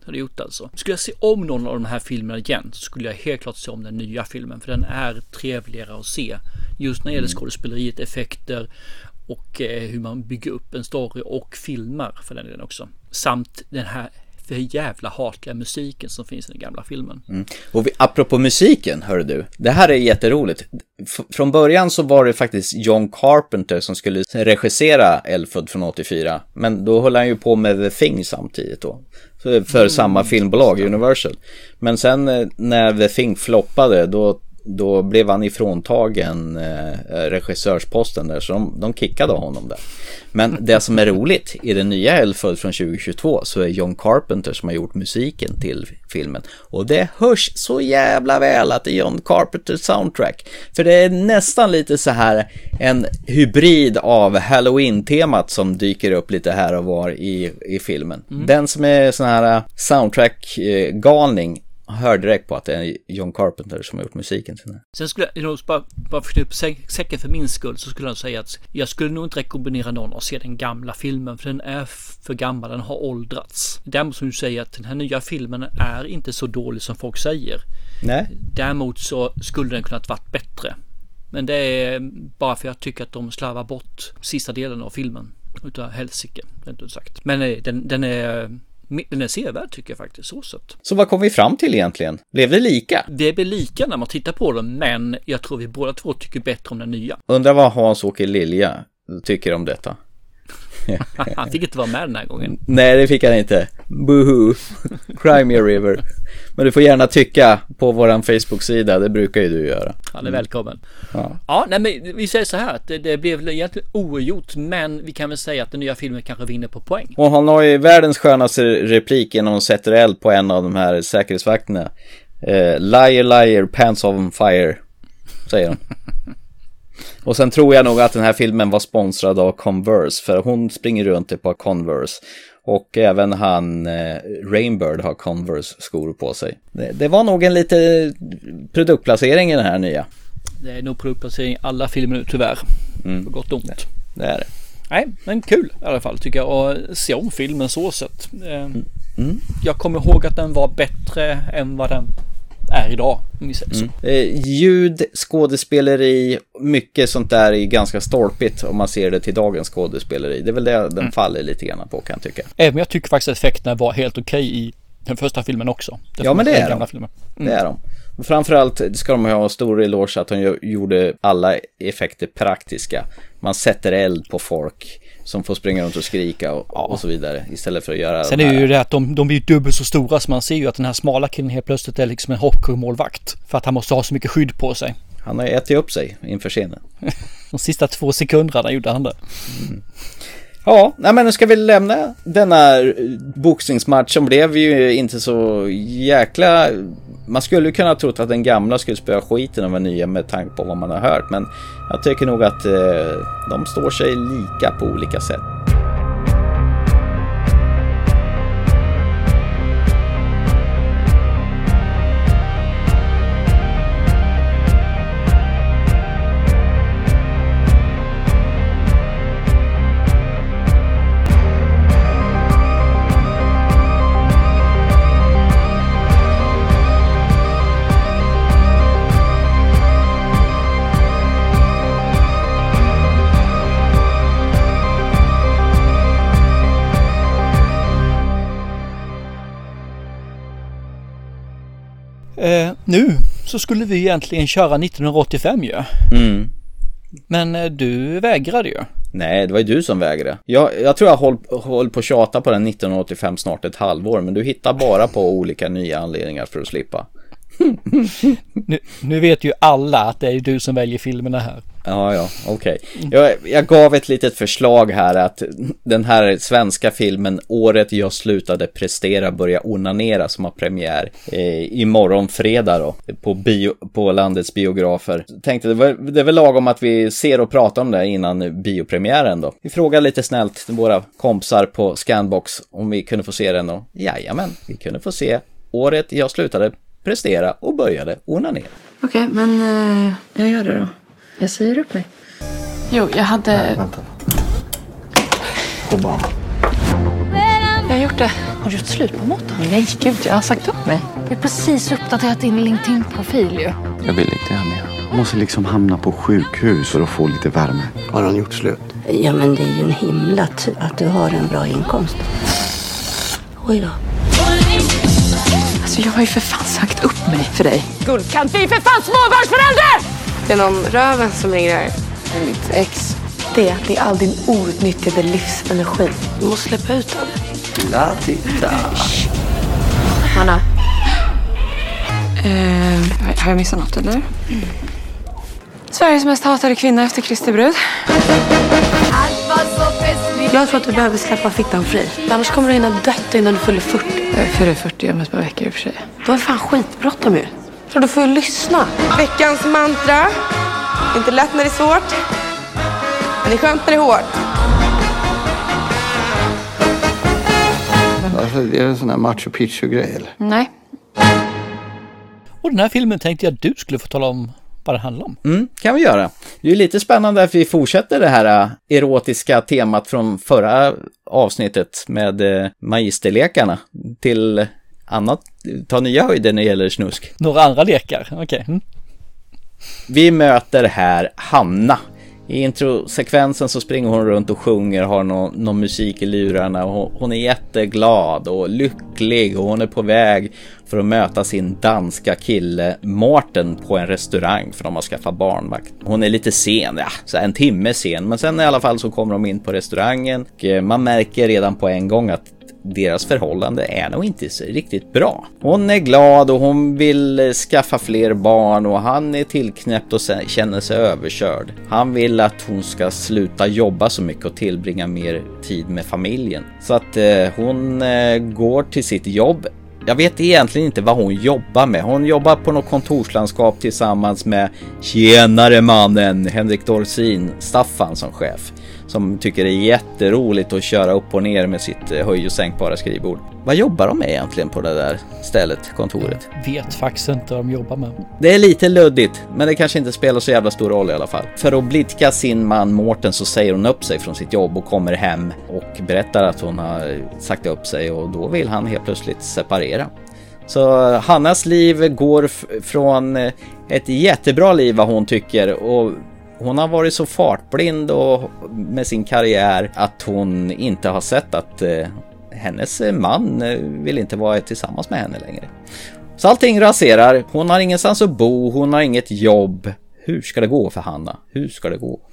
Har det gjort alltså. Skulle jag se om någon av de här filmerna igen så skulle jag helt klart se om den nya filmen. För den är trevligare att se. Just när det gäller skådespeleriet, effekter och eh, hur man bygger upp en story och filmar för den delen också. Samt den här för jävla hatliga musiken som finns i den gamla filmen. Mm. Och vi, apropå musiken, hör du, det här är jätteroligt. F- från början så var det faktiskt John Carpenter som skulle regissera Älvfödd från åttiofyra, men då höll han ju på med The Thing samtidigt då. För, för mm. samma filmbolag, Universal. Men sen när The Thing floppade, då då blev han ifråntagen eh, regissörsposten där, så de, de kickade honom där. Men det som är roligt i den nya Älvfödd från tjugohundratjugotvå så är John Carpenter som har gjort musiken till filmen, och det hörs så jävla väl att det är John Carpenters soundtrack, för det är nästan lite så här en hybrid av Halloween-temat som dyker upp lite här och var i, i filmen. Mm. Den som är sån här soundtrack-galning hör direkt på att det är John Carpenter som har gjort musiken till den. Sen skulle jag nog bara, bara för upp säcken för min skull, så skulle jag säga att jag skulle nog inte rekommendera någon att se den gamla filmen, för den är för gammal, den har åldrats. Däremot som du säger att den här nya filmen är inte så dålig som folk säger. Nej. Däremot så skulle den kunnat varit bättre. Men det är bara för jag tycker att de slarvar bort sista delen av filmen utav helsike, rent ut sagt. Men nej, den, den är Den är sevärd tycker jag faktiskt, så sett. Så vad kom vi fram till egentligen? Blev det lika? Det blir lika när man tittar på den, men jag tror vi båda två tycker bättre om den nya. Undrar vad Hans-Åke Lilja tycker om detta. Han fick inte vara med den här gången. Nej, det fick han inte. Boohoo. Cry me a river. Men du får gärna tycka på våran Facebook-sida, det brukar ju du göra. Han är välkommen. Ja, ja nej, men vi säger så här att det, det blev egentligen ogjort, men vi kan väl säga att den nya filmen kanske vinner på poäng. Och han har ju världens skönaste replik när hon sätter eld på en av de här säkerhetsvakterna. Eh, liar, liar, pants on fire, säger hon. Och sen tror jag nog att den här filmen var sponsrad av Converse, för hon springer runt i på Converse. Och även han eh, Rainbird har Converse-skor på sig. Det, det var nog en lite produktplacering i den här nya. Det är nog produktplacering i alla filmer nu tyvärr. Mm. För gott och ont. Det, det är det. Nej, men kul i alla fall tycker jag. Och se om filmen så sett. Eh, mm. Mm. Jag kommer ihåg att den var bättre än vad den är idag. Mm. Eh, ljud, skådespeleri, mycket sånt där är ganska stolpigt om man ser det till dagens skådespeleri. Det är väl det den mm. faller lite grann på, kan jag tycka. Även jag tycker faktiskt att effekterna var helt okej i den första filmen också. Ja, men det är de. Mm. Det är de. Framförallt ska de ha stor eloge att de gjorde alla effekter praktiska. Man sätter eld på folk som får springa runt och skrika och, ja. och så vidare, istället för att göra. Sen är det ju det att de, de blir dubbelt så stora, så man ser ju att den här smala killen helt plötsligt är liksom en hockeymålvakt, för att han måste ha så mycket skydd på sig. Han har ätit upp sig inför scenen. De sista två sekunderna gjorde han det. Mm. Ja, nej, men nu ska vi lämna denna boxningsmatch som blev ju inte så jäkla... Man skulle ju kunna trott att den gamla skulle spöa skiten av den nya med tanke på vad man har hört, men jag tycker nog att eh, de står sig lika på olika sätt. Eh, nu så skulle vi egentligen köra nittonhundraåttiofem ju. Mm. Men eh, du vägrade ju. Nej, det var ju du som vägrade. Jag, jag tror jag håll, håll på att tjata på den nittonhundraåttiofem snart ett halvår, men du hittar bara på olika nya anledningar för att slippa. nu, nu vet ju alla att det är du som väljer filmerna här. Ja, ja, okej. Okay. Jag, jag gav ett litet förslag här att den här svenska filmen Året jag slutade prestera börja onanera, som har premiär eh, imorgon fredag då, på, bio, på landets biografer. Tänkte det, var, det är väl lagom att vi ser och pratar om det innan biopremiären då. Vi frågar lite snällt till våra kompisar på Scanbox om vi kunde få se den då. Jajamän, vi kunde få se Året jag slutade prestera och började onanera. Okej, okay, men eh, jag gör det då. Jag säger upp mig. Jo, jag hade... Nej, vänta. Gå bara. Jag har gjort det. Har du gjort slut på motorn? Nej, gud, jag har sagt upp mig. Jag har precis uppdaterat din LinkedIn-profil ju. Jag vill inte hem mer. Jag måste liksom hamna på sjukhus för att få lite värme. Har han gjort slut? Ja, men det är ju en himla tur att du har en bra inkomst. Oj då. Alltså, jag har ju för fan sagt upp mig för dig. Guldkant, vi är för fan småbarnsföräldrar! Det är någon röven som ringer här. Det är mitt ex. Det, det är all din outnyttjade livsenergi. Du måste släppa ut den. La titta. Hanna. Eh, har jag missat något, eller? Mm. Sveriges mest hatade kvinna efter Kristi brud. Jag tror att du behöver släppa fittan fri. Annars kommer du hinna dött innan du fyller fyrtio. Jag fyller fyrtio om ett par veckor i och för sig. Du har fan skitbråttom ju. Så du får ju lyssna. Veckans mantra. Inte lätt när det är svårt. Men det är skönt när det är hårt. Alltså, är det en sån här macho picchu-grej eller? Nej. Och den här filmen tänkte jag att du skulle få tala om vad det handlar om. Mm, kan vi göra. Det är ju lite spännande att vi fortsätter det här erotiska temat från förra avsnittet med eh, magisterlekarna till annat, ta nya höjder när det gäller snusk. Några andra lekar, okej. Okay. Mm. Vi möter här Hanna. I introsekvensen så springer hon runt och sjunger, har någon, någon musik i lurarna och hon, hon är jätteglad och lycklig och hon är på väg för att möta sin danska kille Martin på en restaurang för de har skaffat barnvakt. Hon är lite sen, ja, så en timme sen, men sen i alla fall så kommer de in på restaurangen och man märker redan på en gång att deras förhållande är nog inte så riktigt bra. Hon är glad och hon vill skaffa fler barn och han är tillknäppt och känner sig överkörd. Han vill att hon ska sluta jobba så mycket och tillbringa mer tid med familjen. Så att eh, hon eh, går till sitt jobb. Jag vet egentligen inte vad hon jobbar med. Hon jobbar på något kontorslandskap tillsammans med tjänare mannen Henrik Dorsin, Staffan som chef. Som tycker det är jätteroligt att köra upp och ner med sitt höj- och sänkbara skrivbord. Vad jobbar de med egentligen på det där stället, kontoret? Jag vet faktiskt inte vad de jobbar med. Det är lite luddigt, men det kanske inte spelar så jävla stor roll i alla fall. För att blidka sin man Mårten så säger hon upp sig från sitt jobb och kommer hem och berättar att hon har sagt upp sig och då vill han helt plötsligt separera. Så Hannas liv går f- från ett jättebra liv vad hon tycker och hon har varit så fartblind och med sin karriär att hon inte har sett att eh, hennes man eh, vill inte vara tillsammans med henne längre. Så allting raserar. Hon har ingenstans att bo, hon har inget jobb. Hur ska det gå för Hanna? Hur ska det gå?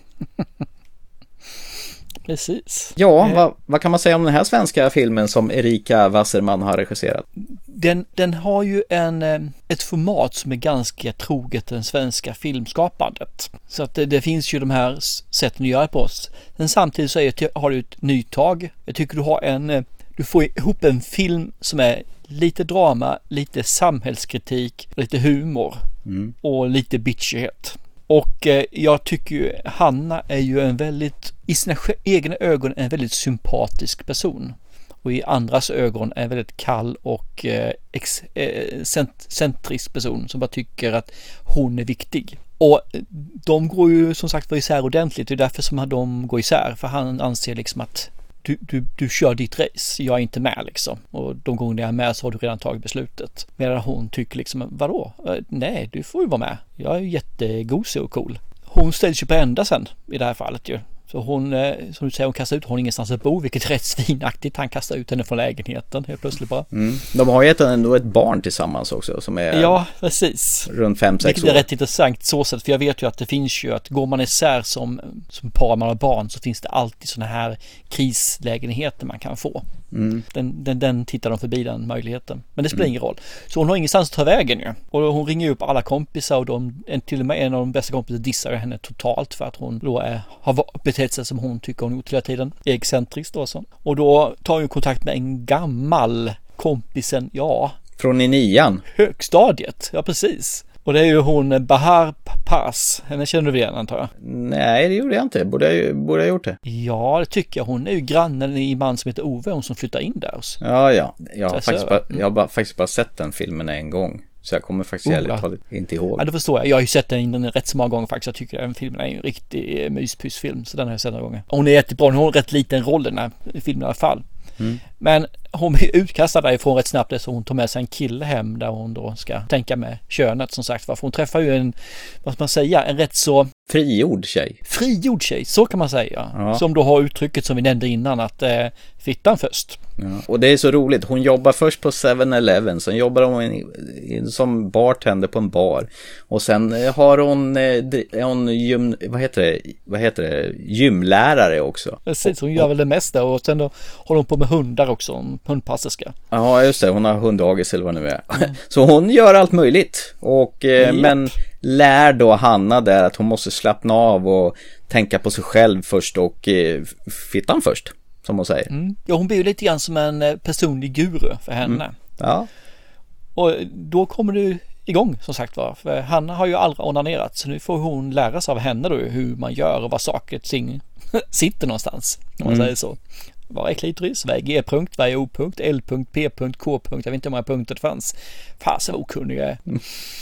Precis. Ja, vad, vad kan man säga om den här svenska filmen som Erika Wasserman har regisserat? Den, den har ju en, ett format som är ganska troget den svenska filmskapandet. Så att det, det finns ju de här sätten att göra på oss. Men samtidigt så är det, har du ett nytag. Jag tycker du har en, du får ihop en film som är lite drama, lite samhällskritik, lite humor mm. och lite bitchighet. Och eh, jag tycker ju Hanna är ju en väldigt, i sina egna ögon en väldigt sympatisk person. Och i andras ögon är en väldigt kall och eh, ex, eh, cent, centrisk person som bara tycker att hon är viktig. Och de går ju som sagt var isär ordentligt. Det är därför som de går isär. För han anser liksom att du, du, du kör ditt race, jag är inte med liksom. Och de gånger jag är med så har du redan tagit beslutet. Medan hon tycker liksom, vadå? Nej, du får ju vara med. Jag är ju jättegosig och cool. Hon ställs ju på ända sen i det här fallet ju. Så hon, som du säger, hon kastar ut hon ingenstans att bo, vilket är rätt svinaktigt. Han kastar ut henne från lägenheten helt plötsligt bara. Mm. De har ju ett, ändå ett barn tillsammans också som är ja, precis. runt fem sex år. Det är rätt intressant så sätt, för jag vet ju att det finns ju att går man isär som, som par man har barn så finns det alltid såna här krislägenheter man kan få. Mm. Den, den, den tittar de förbi den möjligheten. Men det spelar mm. ingen roll. Så hon har ingenstans att ta vägen ju. Och hon ringer upp alla kompisar och de, en, till och med en av de bästa kompisar dissar henne totalt för att hon då är, har betett sig som hon tycker hon gjort hela tiden. Excentriskt då så. Och då tar hon kontakt med en gammal kompisen, ja. Från i nian? Högstadiet, ja precis. Och det är ju hon Bahar Pass. Henne känner du igen antar jag? Nej, det gjorde jag inte. Borde jag, borde jag gjort det? Ja, det tycker jag. Hon är ju grannen i man som heter Ove. Hon som flyttar in där hos. Ja, ja. Jag har, faktiskt bara, jag har bara, faktiskt bara sett den filmen en gång. Så jag kommer faktiskt oh, ja. inte ihåg. Ja, det förstår jag. Jag har ju sett den innan rätt så många gånger faktiskt. Jag tycker att den filmen är en riktig myspysfilm. Så den har jag sett några gånger. Hon är jättebra. Hon har en rätt liten roll i den här filmen i alla fall. Mm. Men hon blir utkastad därifrån rätt snabbt så hon tar med sig en kille hem där hon då ska tänka med könet som sagt. För hon träffar ju en, vad ska man säga, en rätt så frigjord tjej. Frigjord tjej, så kan man säga. Ja. Som då har uttrycket som vi nämnde innan att eh, fittan först. Ja. Och det är så roligt. Hon jobbar först på seven eleven, sen jobbar hon in, in, som bartender på en bar. Och sen har hon, eh, hon gym, vad heter det? Vad heter det? Gymlärare också. Precis, hon gör väl det mesta och sen då håller hon på med hundar också, hundpasserska. Ja, just det. Hon har hunddagis eller vad det nu är. Mm. Så hon gör allt möjligt. Och, eh, men lär då Hanna där att hon måste slappna av och tänka på sig själv först och eh, fittan först, som hon säger. Mm. Ja, hon blir ju lite grann som en personlig guru för henne. Mm. Ja. Och då kommer du igång som sagt var. För Hanna har ju aldrig onanerat, så nu får hon lära sig av henne då hur man gör och vad saker och ting sitter någonstans, om man mm. säger så. Vad är klitoris? Vad är G-punkt? Vad är O-punkt? L-punkt? P-punkt? K-punkt? Jag vet inte hur många punkter det fanns. Fasen vad okunniga jag är. Mm.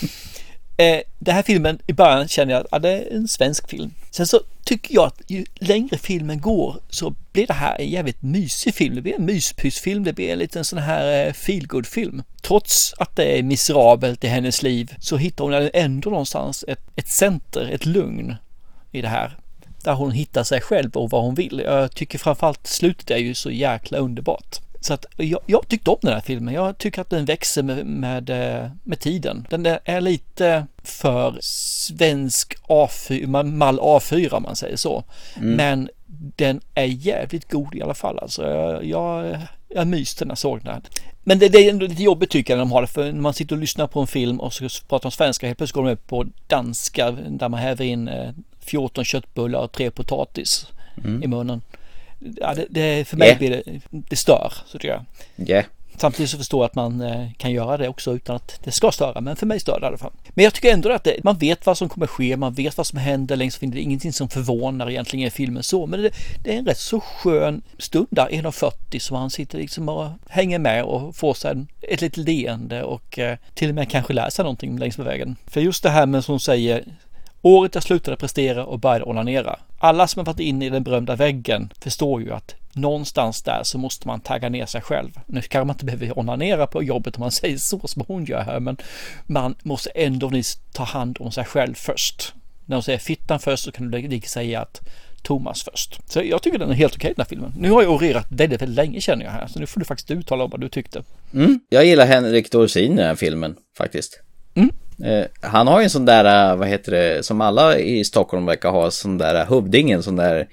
Eh, den här filmen, i början känner jag att ah, det är en svensk film. Sen så tycker jag att ju längre filmen går så blir det här en jävligt mysig film. Det blir en myspysfilm, det blir en liten sån här eh, feelgood-film. Trots att det är miserabelt i hennes liv så hittar hon ändå någonstans ett, ett center, ett lugn i det här. Där hon hittar sig själv och vad hon vill. Jag tycker framförallt slutet är ju så jäkla underbart. Så att jag, jag tyckte om den här filmen. Jag tycker att den växer med, med, med tiden. Den är lite för svensk A fyra, mall A fyra om man säger så. Mm. Men den är jävligt god i alla fall. Alltså, jag, jag, jag myste när jag såg den här. Men det, det är ändå lite jobbigt tycker jag när de har det. För när man sitter och lyssnar på en film och så pratar om svenska, helt plötsligt går de upp på danska där man häver in fjorton köttbullar och tre potatis mm. i munnen. Ja, det, det, för mig yeah. blir det, det stör, så tycker jag. Yeah. Samtidigt så förstår jag att man eh, kan göra det också utan att det ska störa, men för mig stör det i alla fall. Men jag tycker ändå att det, man vet vad som kommer ske, man vet vad som händer längs filmen. Det är ingenting som förvånar egentligen i filmen så, men det, det är en rätt så skön stund där, en fyrtio, så han sitter liksom och hänger med och får sig en, ett litet leende och eh, till och med kanske läsa någonting längs med vägen. För just det här med som säger, året jag slutade prestera och började onanera. Alla som har varit inne i den berömda väggen förstår ju att någonstans där så måste man tagga ner sig själv. Nu kanske man inte behöver onanera på jobbet om man säger så som hon gör här, men man måste ändå ta hand om sig själv först. När hon säger fittan först så kan du lika säga att Thomas först. Så jag tycker den är helt okej den här filmen. Nu har jag orerat väldigt, väldigt länge känner jag här, så nu får du faktiskt uttala om vad du tyckte. Mm. Jag gillar Henrik Dorsin i den här filmen faktiskt. Mm. Eh, han har ju en sån där, vad heter det, som alla i Stockholm verkar ha, sån där Hövdingen, sån där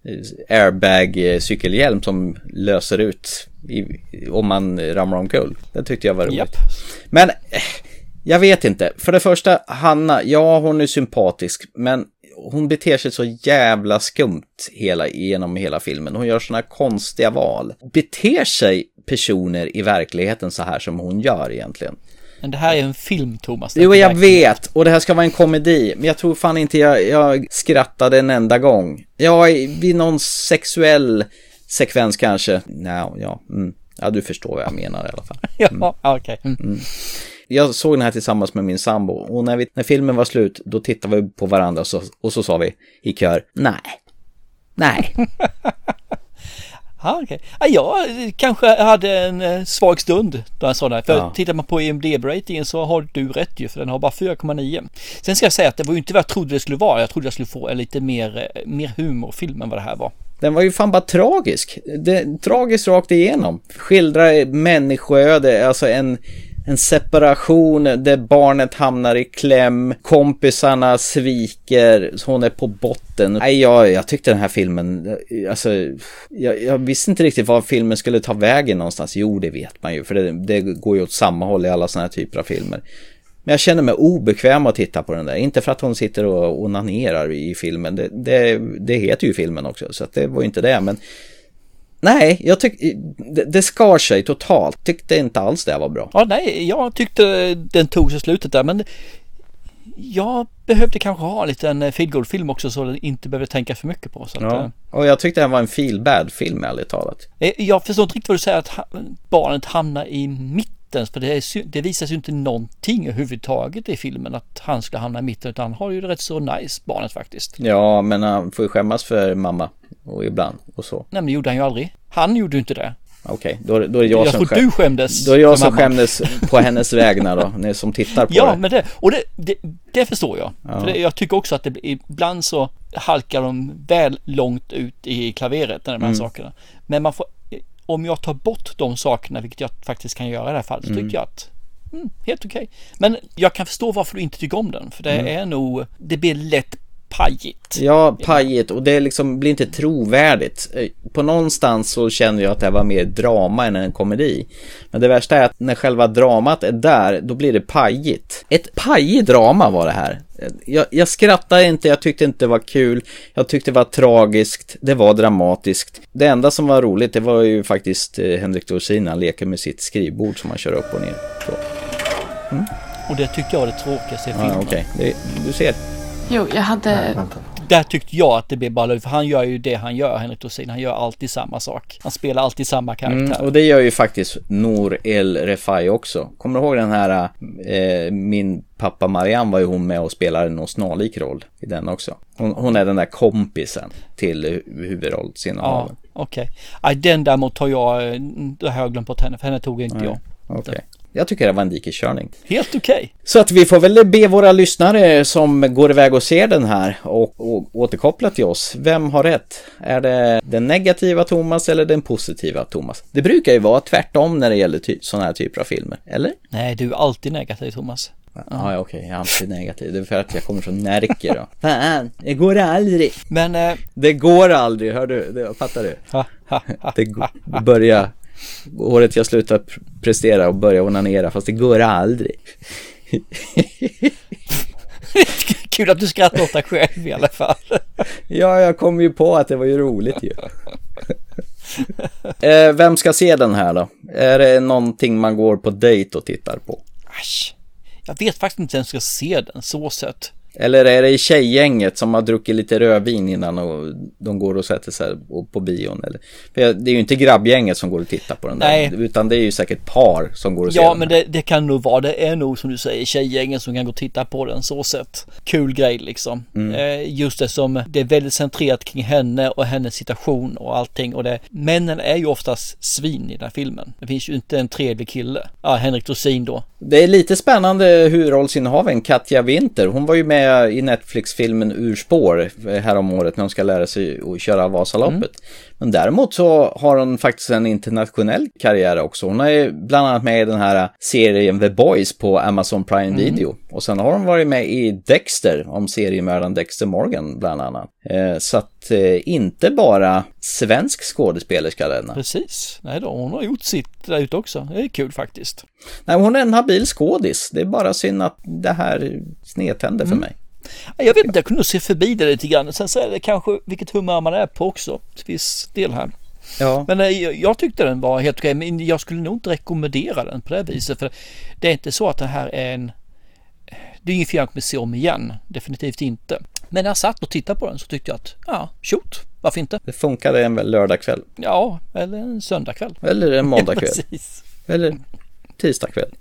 airbag cykelhjälm som löser ut i, om man ramlar omkull. Det tyckte jag var roligt. Yep. Men eh, jag vet inte. För det första, Hanna, ja hon är sympatisk, men hon beter sig så jävla skumt hela, genom hela filmen. Hon gör såna konstiga val. Beter sig personer i verkligheten så här som hon gör egentligen? Men det här är en film, Thomas. Jo, jag vet. Och det här ska vara en komedi. Men jag tror fan inte jag, jag skrattade en enda gång. Ja, vid någon sexuell sekvens kanske. No, ja, mm. Ja, du förstår vad jag menar i alla fall. Mm. Ja, okej. Okay. Mm. Mm. Jag såg den här tillsammans med min sambo. Och när, vi, när filmen var slut, då tittade vi på varandra och så, och så sa vi i kör, nej. Nej. Ja, okej. Okay. Ja, jag kanske hade en svag stund då jag sa det. För ja. Tittar man på I M D B-ratingen så har du rätt ju, för den har bara fyra komma nio. Sen ska jag säga att det var ju inte vad jag trodde det skulle vara. Jag trodde jag skulle få en lite mer, mer humorfilm än vad det här var. Den var ju fan bara tragisk. Det, tragiskt rakt igenom. Skildrar människoöde, alltså en... En separation där barnet hamnar i kläm, kompisarna sviker, hon är på botten. Nej, jag, jag tyckte den här filmen, alltså, jag, jag visste inte riktigt var filmen skulle ta vägen någonstans. Jo, det vet man ju, för det, det går ju åt samma håll i alla såna här typer av filmer. Men jag känner mig obekväm att titta på den där. Inte för att hon sitter och onanerar i filmen. Det, det, det heter ju filmen också, så att det var ju inte det, men nej, jag tyckte det, det skar sig totalt. Tyckte inte alls det var bra. Ja, nej, jag tyckte den tog sig slutet där, men jag behövde kanske ha lite en feelgood-film också så den inte behövde tänka för mycket på. Så att, ja. Och jag tyckte det var en feel-bad-film, ärligt talat. Jag förstår inte riktigt vad du säger, att barnet hamnar i mitten, för det, är, det visas ju inte någonting överhuvudtaget i filmen att han ska hamna i mitten, utan han har ju det rätt så nice, barnet faktiskt. Ja, men han får ju skämmas för mamma och ibland och så. Nej, men det gjorde han ju aldrig. Han gjorde ju inte det. Okej, okay. då, då är det jag, jag som skäm... du skämdes. Då är jag som skämdes på hennes vägnar då, ni som tittar på ja, det. Ja, men det, och det, det, det förstår jag. Ja. För det, jag tycker också att det, ibland så halkar de väl långt ut i klaveret, de här mm. sakerna. Men man får, om jag tar bort de sakerna, vilket jag faktiskt kan göra i det här fallet, så mm. tycker jag att mm, helt okej. Okay. Men jag kan förstå varför du inte tycker om den, för det mm. är nog, det blir lätt pajigt. Ja, pajigt, och det liksom blir inte trovärdigt. På någonstans så känner jag att det var mer drama än en komedi. Men det värsta är att när själva dramat är där, då blir det pajigt. Ett pajigt drama var det här. Jag, jag skrattade inte, jag tyckte inte det var kul. Jag tyckte det var tragiskt, det var dramatiskt. Det enda som var roligt, det var ju faktiskt Henrik Dorsin, han leker med sitt skrivbord som han kör upp och ner. Så. Mm. Och det tyckte jag var det tråkigaste i filmen. Ja, okej. Okay. Du ser. Jo, jag hade... Nej, där tyckte jag att det blev bara, för han gör ju det han gör, Henrik Dorsin. Han gör alltid samma sak. Han spelar alltid samma karaktär. Mm, och det gör ju faktiskt Nour El Refai också. Kommer du ihåg den här, eh, min pappa Marianne var ju hon med och spelade någon snarlik roll i den också. Hon, hon är den där kompisen till huvudrollsinnehavaren. Ja, okej. Okay. Den däremot har jag, det har jag glömt bort henne, för henne tog inte Nej, jag. Okej. Okay. Jag tycker det var en dikeskörning. Helt okej. Okay. Så att vi får väl be våra lyssnare som går iväg och ser den här och, och återkoppla till oss. Vem har rätt? Är det den negativa Thomas eller den positiva Thomas? Det brukar ju vara tvärtom när det gäller ty- sådana här typer av filmer, eller? Nej, du är alltid negativ, Thomas. Ja, ja okej, okay. Jag är alltid negativ. Det är för att jag kommer från Närke då. Fan, det går aldrig. Men äh... det går aldrig, hör du? Det, fattar du? Ha, ha, ha, det går, börja året jag slutar prestera och börja onanera, fast det går aldrig. Kul att du skrattar åt dig själv i alla fall. Ja, jag kom ju på att det var ju roligt ju. eh, Vem ska se den här då? Är det någonting man går på dejt och tittar på? Asch, jag vet faktiskt inte vem ska se den så sett. Eller är det tjejgänget som har druckit lite rödvin innan och de går och sätter sig på bion? Eller? För det är ju inte grabbgänget som går och tittar på den Nej. där, utan det är ju säkert par som går och ja, ser den. Ja, men det, det kan nog vara, det är nog som du säger, tjejgänget som kan gå och titta på den så sett. Kul grej liksom. Mm. Eh, just det som, det är väldigt centrerat kring henne och hennes situation och allting. Och det, männen är ju oftast svin i den här filmen. Det finns ju inte en trevlig kille. Ja, Henrik Dorsin då. Det är lite spännande huvudrollsinnehavaren Katja Winter. Hon var ju med i Netflix-filmen Urspår här om året när hon ska lära sig att köra Vasaloppet. Mm. Men däremot så har hon faktiskt en internationell karriär också. Hon är bland annat med i den här serien The Boys på Amazon Prime mm. Video. Och sen har hon varit med i Dexter om seriemördaren Dexter Morgan bland annat. Eh, så att eh, inte bara svensk skådespelerska denna. Precis. Nej då, hon har gjort sitt där ute också. Det är kul faktiskt. Nej, hon är en habil skådis. Det är bara synd att det här snedtänder för mm. mig. Jag vet inte, jag kunde se förbi det lite grann. Sen så är det kanske vilket humör man är på också. Det finns del här. Ja. Men jag, jag tyckte den var helt okej. Men jag skulle nog inte rekommendera den på det viset. För det är inte så att det här är en... Det är ingen film jag kommer se om igen. Definitivt inte. Men när jag satt och tittade på den så tyckte jag att, ja, shoot, varför inte? Det funkade en väl lördagkväll? Ja, eller en söndagkväll. Eller en måndagkväll. Ja, precis. Eller tisdagkväll.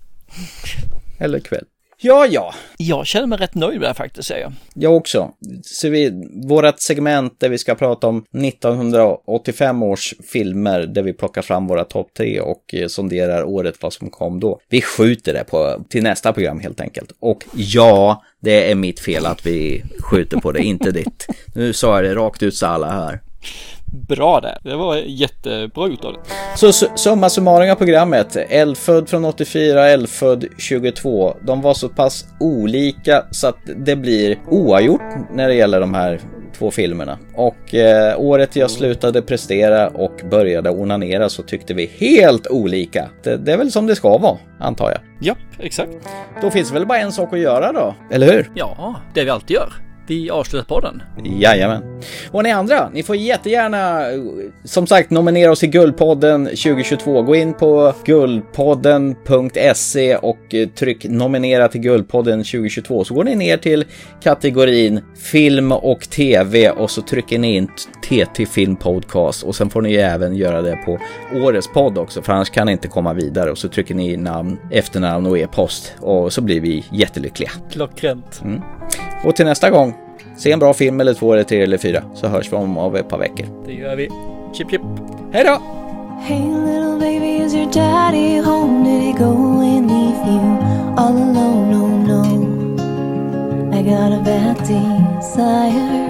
Eller kväll. Ja, ja. Jag känner mig rätt nöjd med det faktiskt, säger jag. Jag också. Så vi, vårat segment där vi ska prata om nittonhundraåttiofem års filmer där vi plockar fram våra topp tre och eh, sonderar året vad som kom då. Vi skjuter det på, till nästa program helt enkelt. Och ja, det är mitt fel att vi skjuter på det, inte ditt. Nu sa jag det rakt ut så alla här. Bra där, det var jättebra gjort av det. Så summa summaring av programmet. Eldfödd från åttiofyra, Eldfödd tjugotvå. De var så pass olika så att det blir oavgjort när det gäller de här två filmerna. Och eh, året jag slutade prestera och började onanera så tyckte vi helt olika. Det, det är väl som det ska vara, antar jag. Ja, exakt. Då finns väl bara en sak att göra då, eller hur? Ja, det vi alltid gör. Vi avslutar på den. Jajamän. Och ni andra, ni får jättegärna som sagt nominera oss i Guldpodden tjugohundratjugotvå. Gå in på guldpodden punkt se och tryck nominera till Guldpodden tjugohundratjugotvå. Så går ni ner till kategorin film och tv och så trycker ni in T T Film Podcast och sen får ni även göra det på årets podd också, för annars kan ni inte komma vidare, och så trycker ni namn, efternamn och e-post och så blir vi jättelyckliga. Klockrent. Mm. Och till nästa gång, se en bra film eller två eller tre eller fyra, så hörs vi om av ett par veckor. Det gör vi. Chip chip. Hej då! Hey little baby, is your daddy home? Did he go and leave you all alone? Oh no, I got a bad desire.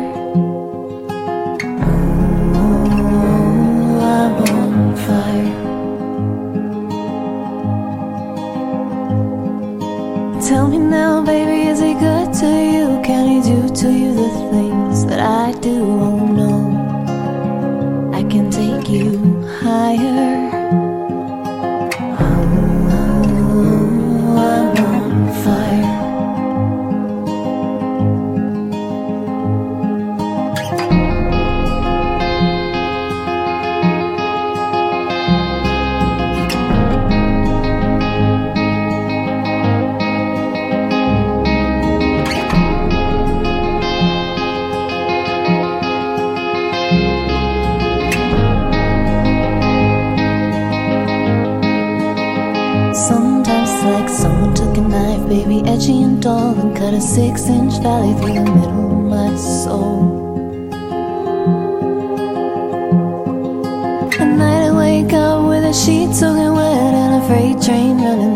Oh, I'm on fire. Tell me now, baby, is he good to you? Can he do to you the things that I do? Oh no, I can take you higher. Oh, I'm on fire. Like someone took a knife, baby, edgy and dull, and cut a six-inch valley through the middle of my soul. At night I wake up with a sheet soaking wet and a freight train running